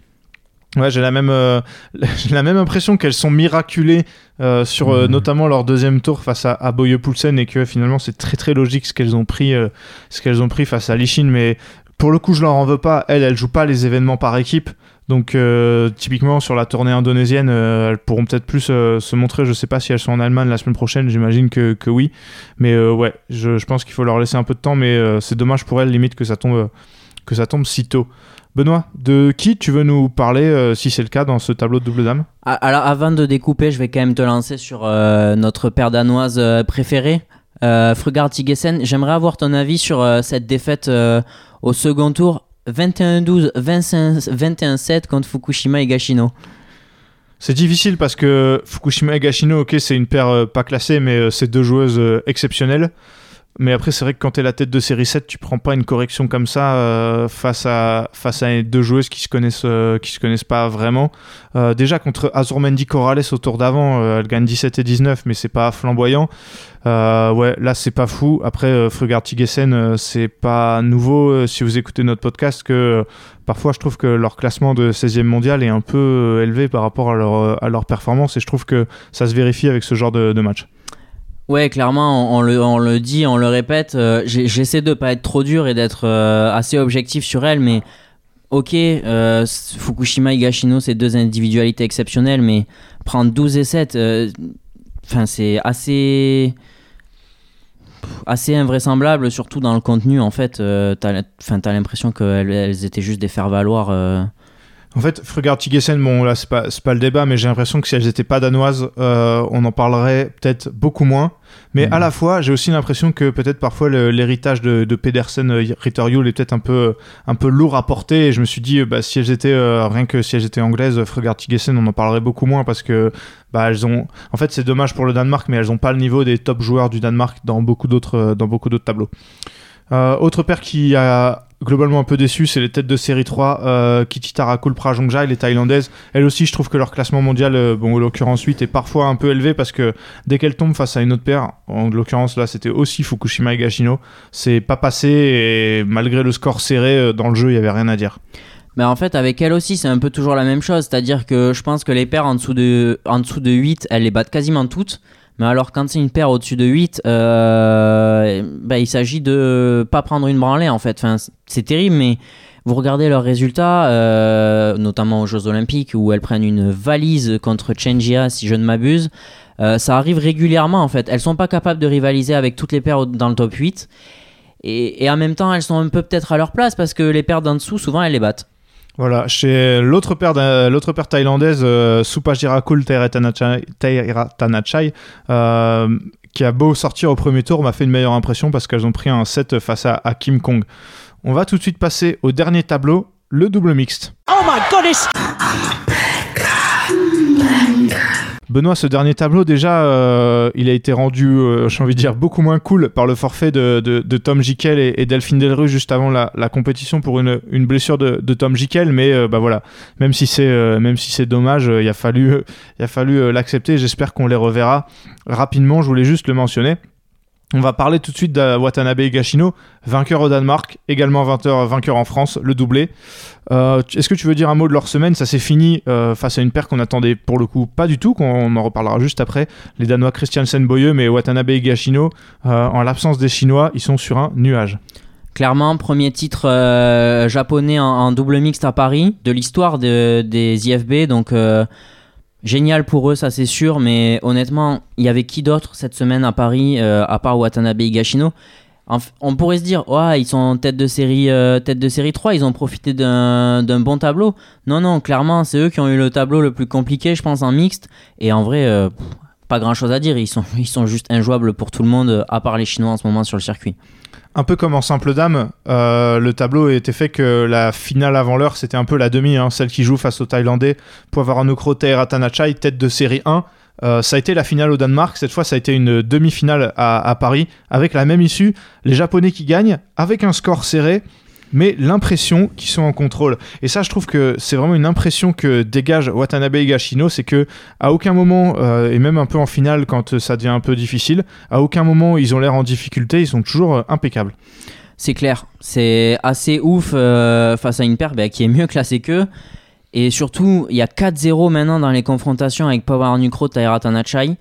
Ouais, j'ai la même, euh, j'ai la même impression qu'elles sont miraculées euh, sur euh, mmh. notamment leur deuxième tour face à, à Boye Poulsen, et que finalement c'est très très logique ce qu'elles ont pris, euh, ce qu'elles ont pris face à Alichin. Mais pour le coup, je leur en veux pas. Elles, elles jouent pas les événements par équipe, donc euh, typiquement sur la tournée indonésienne, euh, elles pourront peut-être plus euh, se montrer. Je sais pas si elles sont en Allemagne la semaine prochaine. J'imagine que que oui, mais euh, ouais, je, je pense qu'il faut leur laisser un peu de temps. Mais euh, c'est dommage pour elles, limite que ça tombe que ça tombe si tôt. Benoît, de qui tu veux nous parler, euh, si c'est le cas, dans ce tableau de double dame ? Alors, avant de découper, je vais quand même te lancer sur euh, notre paire danoise euh, préférée, euh, Frugard Tigesen. J'aimerais avoir ton avis sur euh, cette défaite euh, au second tour, vingt et un douze, vingt-cinq, vingt et un sept contre Fukushima Higashino. C'est difficile parce que Fukushima Higashino, ok, c'est une paire euh, pas classée, mais euh, c'est deux joueuses euh, exceptionnelles. Mais après, c'est vrai que quand t'es la tête de série sept, tu prends pas une correction comme ça euh, face à face à deux joueuses qui se connaissent euh, qui se connaissent pas vraiment. Euh, déjà contre Azurmendi Corrales au tour d'avant, euh, elle gagne dix-sept et dix-neuf, mais c'est pas flamboyant. Euh, ouais, là c'est pas fou. Après, euh, Frugard Tigesen, euh, c'est pas nouveau. Euh, si vous écoutez notre podcast, que euh, parfois je trouve que leur classement de seizième mondial est un peu euh, élevé par rapport à leur à leur performance, et je trouve que ça se vérifie avec ce genre de, de match. Ouais, clairement, on, on, le, on le dit, on le répète, euh, j'ai, j'essaie de pas être trop dur et d'être euh, assez objectif sur elle, mais ok, euh, Fukushima Higashino, c'est deux individualités exceptionnelles, mais prendre douze et sept, euh, c'est assez, assez invraisemblable, surtout dans le contenu, en fait, euh, t'as, t'as l'impression qu'elles elles étaient juste des faire-valoir... Euh, En fait, Frugard Tigesen, bon là c'est pas, c'est pas le débat, mais j'ai l'impression que si elles n'étaient pas danoises, euh, on en parlerait peut-être beaucoup moins. Mais mmh. à la fois, j'ai aussi l'impression que peut-être parfois le, l'héritage de, de Pedersen, euh, Ritterjul est peut-être un peu, un peu lourd à porter. Et je me suis dit, bah, si elles étaient, euh, rien que si elles étaient anglaises, Frugard Tigesen, on en parlerait beaucoup moins, parce que bah, elles ont. En fait, c'est dommage pour le Danemark, mais elles n'ont pas le niveau des top joueurs du Danemark dans beaucoup d'autres, dans beaucoup d'autres tableaux. Euh, autre paire qui a globalement un peu déçu, c'est les têtes de série trois, euh, Kititara Kulprajongja, les Thaïlandaises. Elles aussi, je trouve que leur classement mondial, euh, bon, en l'occurrence huit, est parfois un peu élevé, parce que dès qu'elles tombent face à une autre paire, en l'occurrence là c'était aussi Fukushima Higashino, c'est pas passé, et malgré le score serré, euh, dans le jeu il y avait rien à dire. Mais en fait, avec elles aussi, c'est un peu toujours la même chose, c'est-à-dire que je pense que les paires en dessous de, en dessous de huit, elles les battent quasiment toutes. Mais alors, quand c'est une paire au-dessus de huit, euh, bah, il s'agit de pas prendre une branlée, en fait. Enfin, c'est terrible, mais vous regardez leurs résultats, euh, notamment aux Jeux Olympiques, où elles prennent une valise contre Chenjia, si je ne m'abuse. Euh, ça arrive régulièrement, en fait. Elles sont pas capables de rivaliser avec toutes les paires dans le top huit. Et, et en même temps, elles sont un peu peut-être à leur place, parce que les paires d'en dessous, souvent, elles les battent. Voilà, chez l'autre paire, l'autre paire thaïlandaise, euh, Supajirakul Tairatanachai, euh, qui a beau sortir au premier tour, m'a fait une meilleure impression parce qu'elles ont pris un set face à, à Kim Kong. On va tout de suite passer au dernier tableau, le double mixte. Oh my goodness! Benoît, ce dernier tableau, déjà, euh, il a été rendu, euh, j'ai envie de dire, beaucoup moins cool par le forfait de, de, de Tom Jikel et, et Delphine Delrue juste avant la, la compétition pour une, une blessure de, de Tom Jikel. Mais euh, bah voilà, même si c'est, euh, même si c'est dommage, euh, il a fallu, euh, il a fallu euh, l'accepter. J'espère qu'on les reverra rapidement. Je voulais juste le mentionner. On va parler tout de suite de Watanabe Higashino, vainqueur au Danemark, également vainqueur, vainqueur en France, le doublé. Euh, est-ce que tu veux dire un mot de leur semaine ? Ça s'est fini euh, face à une paire qu'on attendait pour le coup pas du tout, qu'on en reparlera juste après. Les Danois Christiansen Boye, mais Watanabe Higashino, euh, en l'absence des Chinois, ils sont sur un nuage. Clairement, premier titre euh, japonais en, en double mixte à Paris de l'histoire de, des I F B, donc... Euh, génial pour eux, ça c'est sûr, mais honnêtement, il y avait qui d'autre cette semaine à Paris, euh, à part Watanabe Higashino ? Enf- on pourrait se dire, oh, ils sont tête de série, euh, tête de série trois, ils ont profité d'un, d'un bon tableau. Non, non, clairement, c'est eux qui ont eu le tableau le plus compliqué, je pense, en mixte. Et en vrai, euh, pff, pas grand chose à dire, ils sont, ils sont juste injouables pour tout le monde, à part les Chinois en ce moment sur le circuit. Un peu comme en simple dame, euh, le tableau était fait que la finale avant l'heure, c'était un peu la demi, hein, celle qui joue face aux Thaïlandais, Poivaranukroh Ratanachai, tête de série un. Euh, ça a été la finale au Danemark, cette fois ça a été une demi-finale à, à Paris, avec la même issue, les Japonais qui gagnent, avec un score serré, mais l'impression qu'ils sont en contrôle. Et ça, je trouve que c'est vraiment une impression que dégage Watanabe Higashino, c'est que à aucun moment, euh, et même un peu en finale quand ça devient un peu difficile, à aucun moment ils ont l'air en difficulté, ils sont toujours euh, impeccables. C'est clair, c'est assez ouf euh, face à une paire bah, qui est mieux classée qu'eux. Et surtout, il y a quatre zéro maintenant dans les confrontations avec Poivaranukroh Ratanachai.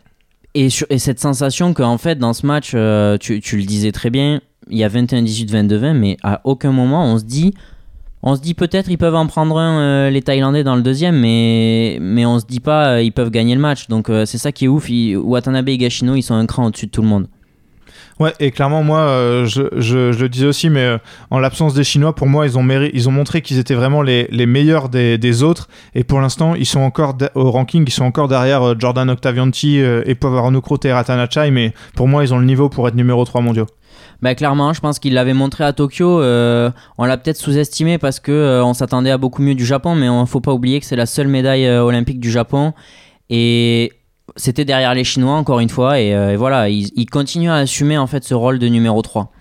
Et, sur, et cette sensation qu'en fait, dans ce match, euh, tu, tu le disais très bien, il y a vingt et un dix-huit, vingt-deux vingt, mais à aucun moment on se dit, on se dit peut-être ils peuvent en prendre un, euh, les Thaïlandais dans le deuxième, mais, mais on se dit pas euh, ils peuvent gagner le match. Donc euh, c'est ça qui est ouf. Ils, Watanabe et Higashino, ils sont un cran au-dessus de tout le monde. Ouais, et clairement, moi, euh, je, je, je le disais aussi, mais euh, en l'absence des Chinois, pour moi, ils ont, méri- ils ont montré qu'ils étaient vraiment les, les meilleurs des, des autres. Et pour l'instant, ils sont encore de- au ranking, ils sont encore derrière euh, Jordan Octavianti euh, et Poivaranukroh Ratanachai, mais pour moi, ils ont le niveau pour être numéro trois mondiaux. Bah clairement, je pense qu'il l'avait montré à Tokyo. Euh, on l'a peut-être sous-estimé parce que euh, on s'attendait à beaucoup mieux du Japon, mais on faut pas oublier que c'est la seule médaille euh, olympique du Japon et c'était derrière les Chinois encore une fois. Et, euh, et voilà, il, il continue à assumer en fait ce rôle de numéro trois.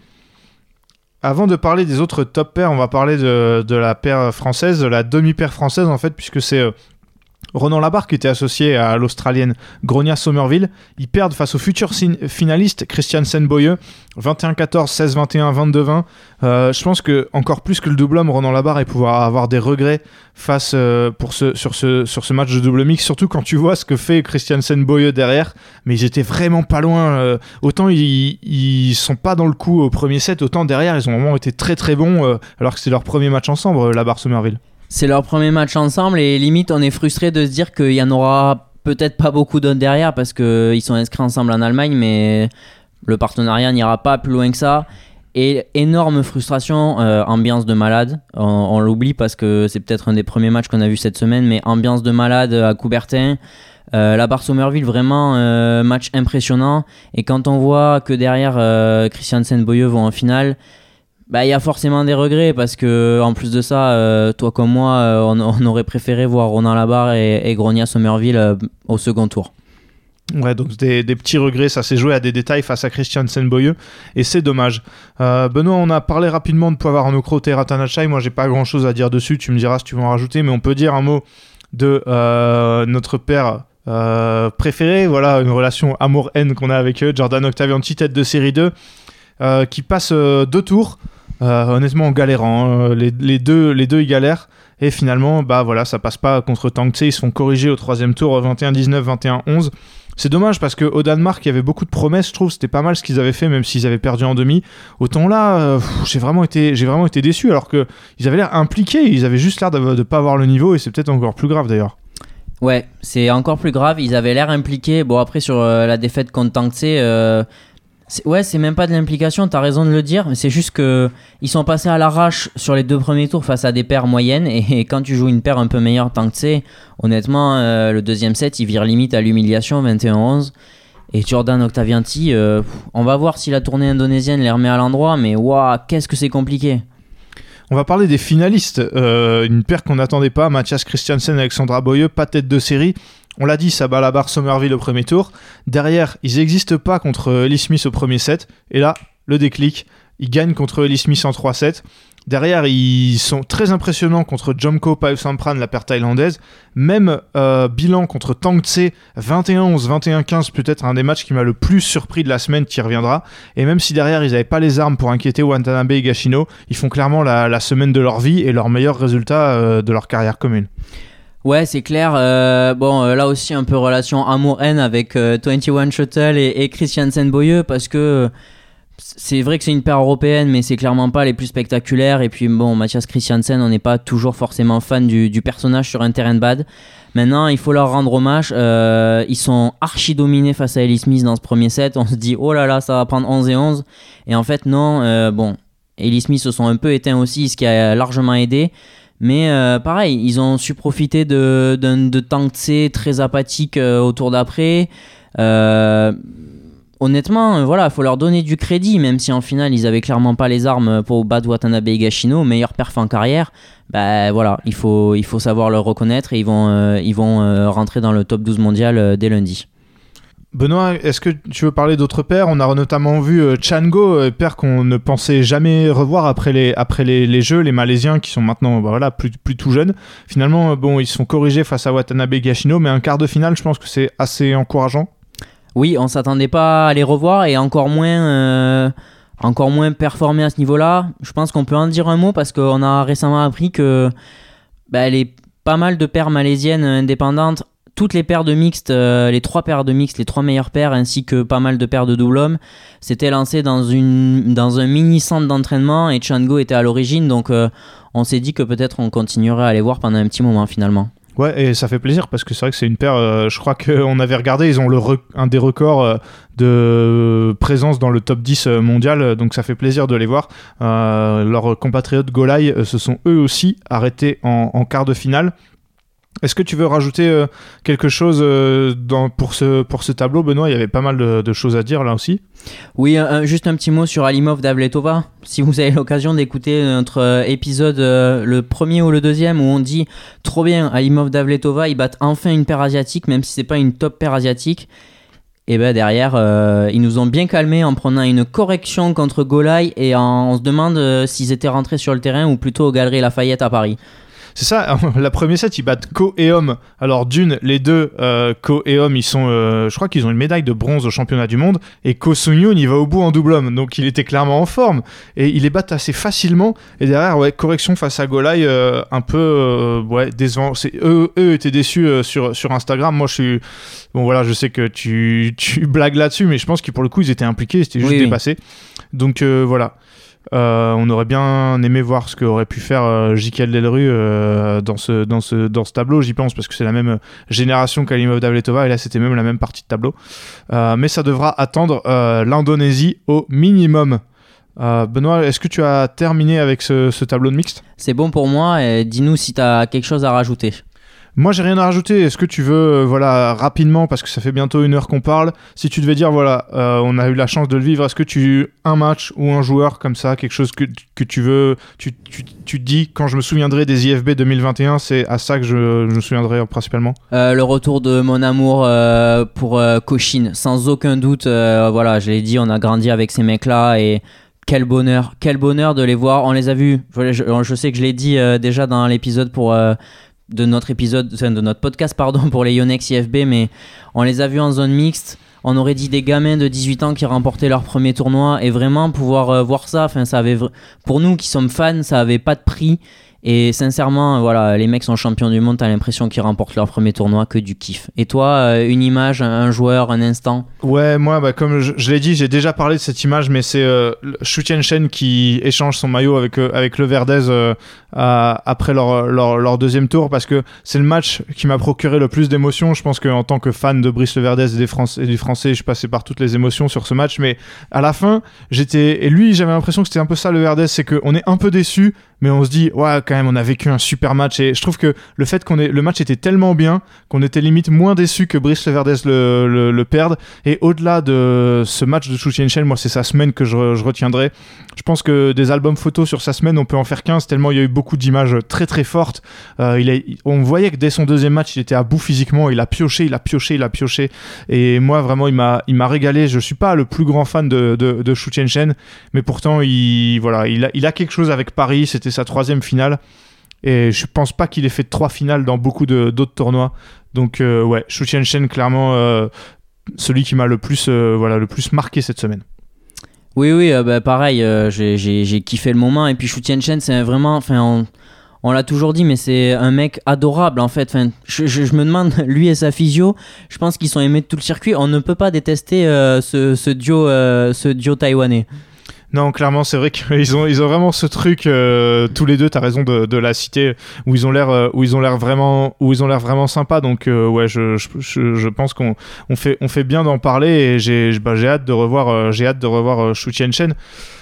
Avant de parler des autres top pairs, on va parler de, de la paire française, de la demi-paire française en fait, puisque c'est euh, Ronan Labarre qui était associé à l'Australienne Gronia Somerville. Ils perdent face au futur sin- finaliste Christiansen Boye, vingt et un quatorze, seize vingt et un, vingt-deux vingt. Euh, je pense que encore plus que le double homme, Ronan Labarre va pouvoir avoir des regrets face euh, pour ce, sur, ce, sur ce match de double mix, surtout quand tu vois ce que fait Christiansen Boye derrière. Mais ils étaient vraiment pas loin. Euh, autant ils, ils sont pas dans le coup au premier set, autant derrière ils ont vraiment été très très bons, euh, alors que c'est leur premier match ensemble, euh, Labarre Somerville. C'est leur premier match ensemble et limite on est frustré de se dire qu'il y en aura peut-être pas beaucoup d'autres derrière parce qu'ils sont inscrits ensemble en Allemagne, mais le partenariat n'ira pas plus loin que ça. Et énorme frustration, euh, ambiance de malade, on, on l'oublie parce que c'est peut-être un des premiers matchs qu'on a vu cette semaine, mais ambiance de malade à Coubertin. Euh, Labarre Somerville, vraiment euh, match impressionnant. Et quand on voit que derrière euh, Christiansen Boye vont en finale, bah, il y a forcément des regrets parce que en plus de ça, euh, toi comme moi, euh, on, on aurait préféré voir Ronan Labarre et, et Gronia Somerville euh, au second tour. Ouais, donc des, des petits regrets, ça s'est joué à des détails face à Christiansen Boye et c'est dommage. Euh, Benoît, on a parlé rapidement de Poivaranukroh Ratanachai, moi j'ai pas grand chose à dire dessus, tu me diras si tu veux en rajouter, mais on peut dire un mot de euh, notre père euh, préféré, voilà, une relation amour-haine qu'on a avec eux, Jordan Octavianti, tête de série deux, euh, qui passe euh, deux tours. Euh, honnêtement en galérant, hein. les, les, deux, les deux ils galèrent et finalement bah voilà, ça passe pas contre Tang Tse, ils se font corriger au troisième tour vingt et un dix-neuf, vingt et un onze. C'est dommage parce qu'au Danemark il y avait beaucoup de promesses, je trouve c'était pas mal ce qu'ils avaient fait même s'ils avaient perdu en demi. Autant là euh, pff, j'ai, vraiment été, j'ai vraiment été déçu alors qu'ils avaient l'air impliqués, ils avaient juste l'air de ne pas avoir le niveau et c'est peut-être encore plus grave d'ailleurs. Ouais, c'est encore plus grave, ils avaient l'air impliqués. Bon après sur euh, la défaite contre Tang Tse, euh, C'est, ouais, c'est même pas de l'implication, t'as raison de le dire, mais c'est juste que ils sont passés à l'arrache sur les deux premiers tours face à des paires moyennes, et, et quand tu joues une paire un peu meilleure Tang Tse, honnêtement, euh, le deuxième set, il vire limite à l'humiliation, vingt et un onze. Et Jordan Octavianti, euh, on va voir si la tournée indonésienne les remet à l'endroit, mais waouh, qu'est-ce que c'est compliqué. On va parler des finalistes, euh, une paire qu'on n'attendait pas, Mathias Christiansen et Alexandra Boye, pas tête de série. On l'a dit, ça bat la barre Somerville au premier tour. Derrière, ils n'existent pas contre Ellie Smith au premier set. Et là, le déclic, ils gagnent contre Ellie Smith en trois sept. Derrière, ils sont très impressionnants contre Jomko Paesampran, la paire thaïlandaise. Même euh, bilan contre Tang Tse, vingt et un onze, vingt et un quinze, peut-être un des matchs qui m'a le plus surpris de la semaine, qui reviendra. Et même si derrière, ils n'avaient pas les armes pour inquiéter Watanabe et Gashino, ils font clairement la, la semaine de leur vie et leur meilleur résultat euh, de leur carrière commune. Ouais, c'est clair. Euh, bon, euh, là aussi, un peu relation amour-haine avec euh, vingt et un Shuttle et, et Christiansen Boyeux, parce que euh, c'est vrai que c'est une paire européenne, mais c'est clairement pas les plus spectaculaires. Et puis, bon, Mathias Christiansen, on n'est pas toujours forcément fan du, du personnage sur un terrain de bad. Maintenant, il faut leur rendre hommage. Euh, ils sont archi dominés face à Ellie Smith dans ce premier set. On se dit, oh là là, ça va prendre onze et onze. Et en fait, non. Euh, bon, Ellie Smith se sont un peu éteints aussi, ce qui a largement aidé. Mais euh, pareil, ils ont su profiter de, de, de Tang Tse très apathique euh, au tour d'après. Euh, honnêtement, voilà, il faut leur donner du crédit, même si en finale, ils n'avaient clairement pas les armes pour battre Watanabe et Gashino, meilleur perf en carrière. Bah, voilà, il faut, il faut savoir le reconnaître et ils vont, euh, ils vont euh, rentrer dans le top douze mondial euh, dès lundi. Benoît, est-ce que tu veux parler d'autres paires ? On a notamment vu euh, Chango, euh, paire qu'on ne pensait jamais revoir après les, après les, les Jeux, les Malaisiens qui sont maintenant bah voilà, plus, plus tout jeunes. Finalement, euh, bon, ils se sont corrigés face à Watanabe et Gashino, mais un quart de finale, je pense que c'est assez encourageant. Oui, on ne s'attendait pas à les revoir et encore moins, euh, encore moins performer à ce niveau-là. Je pense qu'on peut en dire un mot parce qu'on a récemment appris que bah, les pas mal de paires malaisiennes indépendantes, toutes les paires de mixtes, euh, les trois paires de mixtes, les trois meilleures paires, ainsi que pas mal de paires de double homme, s'étaient lancées dans, une, dans un mini centre d'entraînement et Chango était à l'origine, donc euh, on s'est dit que peut-être on continuerait à les voir pendant un petit moment finalement. Ouais, et ça fait plaisir parce que c'est vrai que c'est une paire, euh, je crois qu'on avait regardé, ils ont le rec- un des records euh, de présence dans le top dix mondial, donc ça fait plaisir de les voir. Euh, leurs compatriotes Golai euh, se sont eux aussi arrêtés en, en quart de finale. Est-ce que tu veux rajouter euh, quelque chose euh, dans, pour, ce, pour ce tableau, Benoît ? Il y avait pas mal de, de choses à dire là aussi. Oui, euh, juste un petit mot sur Alimov Davletova. Si vous avez l'occasion d'écouter notre euh, épisode, euh, le premier ou le deuxième, où on dit trop bien, Alimov Davletova, ils battent enfin une paire asiatique, même si c'est pas une top paire asiatique. Et ben derrière, euh, ils nous ont bien calmés en prenant une correction contre Golai et en, on se demande euh, s'ils étaient rentrés sur le terrain ou plutôt aux Galeries Lafayette à Paris. C'est ça, la première set, ils battent Ko et Homme. Alors d'une, les deux, euh, Ko et Homme, ils sont, euh, je crois qu'ils ont une médaille de bronze au championnat du monde. Et Ko Sung-yoon, il va au bout en double homme. Donc il était clairement en forme. Et ils les battent assez facilement. Et derrière, ouais, correction face à Golai, euh, un peu euh, ouais, décevant. C'est, eux, eux étaient déçus euh, sur, sur Instagram. Moi, je suis... Bon voilà, je sais que tu, tu blagues là-dessus, mais je pense que pour le coup, ils étaient impliqués. C'était juste oui, dépassé. Oui. Donc euh, voilà. Euh, on aurait bien aimé voir ce qu'aurait pu faire euh, J K Delru euh, dans, ce, dans, ce, dans ce tableau, j'y pense, parce que c'est la même génération qu'Alimov Davletova, et là c'était même la même partie de tableau. Euh, mais ça devra attendre euh, l'Indonésie au minimum. Euh, Benoît, est-ce que tu as terminé avec ce, ce tableau de mixte ? C'est bon pour moi, et dis-nous si tu as quelque chose à rajouter. Moi, j'ai rien à rajouter. Est-ce que tu veux, euh, voilà, rapidement, parce que ça fait bientôt une heure qu'on parle, si tu devais dire, voilà, euh, on a eu la chance de le vivre, est-ce que tu un match ou un joueur comme ça, quelque chose que, que tu veux, tu, tu, tu te dis, quand je me souviendrai des I F B deux mille vingt et un, c'est à ça que je, je me souviendrai principalement. Euh, le retour de mon amour euh, pour euh, Koshin, sans aucun doute. Euh, voilà, je l'ai dit, on a grandi avec ces mecs-là et quel bonheur, quel bonheur de les voir. On les a vus. Je, je, je sais que je l'ai dit euh, déjà dans l'épisode pour euh, de notre épisode, de notre podcast pardon pour les Yonex I F B, mais on les a vus en zone mixte. On aurait dit des gamins de dix-huit ans qui remportaient leur premier tournoi, et vraiment pouvoir euh, voir ça, enfin ça avait pour nous qui sommes fans, ça avait pas de prix. Et sincèrement, voilà, les mecs sont champions du monde, t'as l'impression qu'ils remportent leur premier tournoi, que du kiff. Et toi, euh, une image, un joueur, un instant ? Ouais, moi, bah, comme je, je l'ai dit, j'ai déjà parlé de cette image, mais c'est euh, Xu Tianchen qui échange son maillot avec, euh, avec le Verdez euh, à, après leur, leur, leur deuxième tour, parce que c'est le match qui m'a procuré le plus d'émotions. Je pense qu'en tant que fan de Brice Leverdez et, des Français, et du Français, je passais par toutes les émotions sur ce match, mais à la fin, j'étais... Et lui, j'avais l'impression que c'était un peu ça le Verdez, c'est qu'on est un peu déçu, mais on se dit, ouais, quand même, on a vécu un super match et je trouve que le fait qu'on ait, le match était tellement bien qu'on était limite moins déçus que Brice Leverdez le, le, le perde. Et au-delà de ce match de Xu Tianchen, moi, c'est sa semaine que je, je retiendrai. Je pense que des albums photos sur sa semaine, on peut en faire quinze, tellement il y a eu beaucoup d'images très très fortes. Euh, il a, on voyait que dès son deuxième match, il était à bout physiquement. Il a pioché, il a pioché, il a pioché. Et moi, vraiment, il m'a, il m'a régalé. Je suis pas le plus grand fan de, de, de Xu Tianchen, mais pourtant, il, voilà, il a, il a quelque chose avec Paris. C'était sa troisième finale. Et je pense pas qu'il ait fait trois finales dans beaucoup de, d'autres tournois. Donc, euh, ouais, Xu Tianchen, clairement, euh, celui qui m'a le plus, euh, voilà, le plus marqué cette semaine. Oui, oui, euh, bah, pareil, euh, j'ai, j'ai, j'ai kiffé le moment. Et puis Xu Tianchen, c'est vraiment. Enfin, on, on l'a toujours dit, mais c'est un mec adorable en fait. Enfin, je, je, je me demande, lui et sa physio, je pense qu'ils sont aimés de tout le circuit. On ne peut pas détester euh, ce, ce, duo, euh, ce duo taïwanais. Non, clairement, c'est vrai qu'ils ont, ils ont vraiment ce truc, euh, tous les deux, t'as raison de, de la citer, où ils ont l'air, euh, où ils ont l'air vraiment, où ils ont l'air vraiment sympas. Donc, euh, ouais, je, je, je pense qu'on on fait, on fait bien d'en parler et j'ai, bah, j'ai hâte de revoir, euh, j'ai hâte de revoir euh, Xu Tianchen.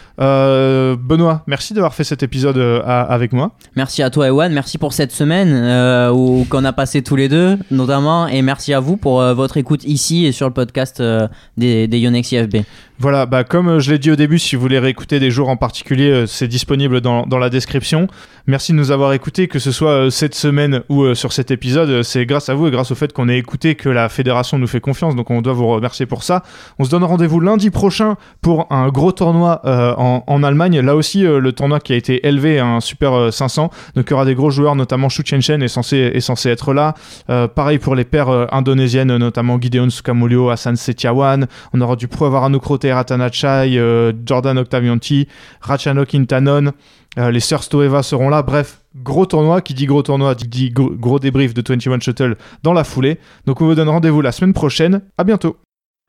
Euh, Benoît, merci d'avoir fait cet épisode euh, à, avec moi. Merci à toi, Ewan. Merci pour cette semaine euh, où, qu'on a passé tous les deux, notamment. Et merci à vous pour euh, votre écoute ici et sur le podcast euh, des, des Yonex I F B. Voilà, bah, comme je l'ai dit au début, si vous voulez réécouter des jours en particulier, c'est disponible dans, dans la description. Merci de nous avoir écoutés, que ce soit cette semaine ou sur cet épisode. C'est grâce à vous et grâce au fait qu'on ait écouté que la fédération nous fait confiance, donc on doit vous remercier pour ça. On se donne rendez-vous lundi prochain pour un gros tournoi euh, en, en Allemagne. Là aussi, euh, le tournoi qui a été élevé à un Super euh, cinq cents, donc il y aura des gros joueurs, notamment Xu Tianchen est censé, est censé être là. Euh, pareil pour les paires euh, indonésiennes, notamment Gideon Sukamuljo, Hassan Setiawan. On aura du pro avoir Anouk Rote, Ratanachai, euh, Jordan Octavianti, Ratchanok Intanon, euh, les Sœurs Stoeva seront là. Bref, gros tournoi. Qui dit gros tournoi dit gros, gros débrief de vingt et un Shuttle dans la foulée. Donc on vous donne rendez-vous la semaine prochaine. À bientôt.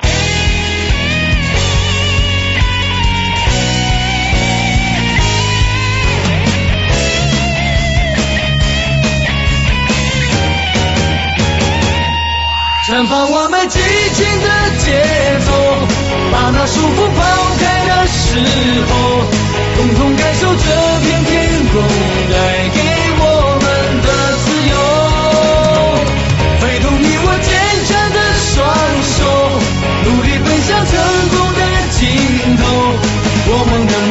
绽放我们激情的节奏，把那束缚抛开的时候，共同感受这片天空带给我们的自由，挥动你我坚强的双手，努力奔向成功的尽头，我们的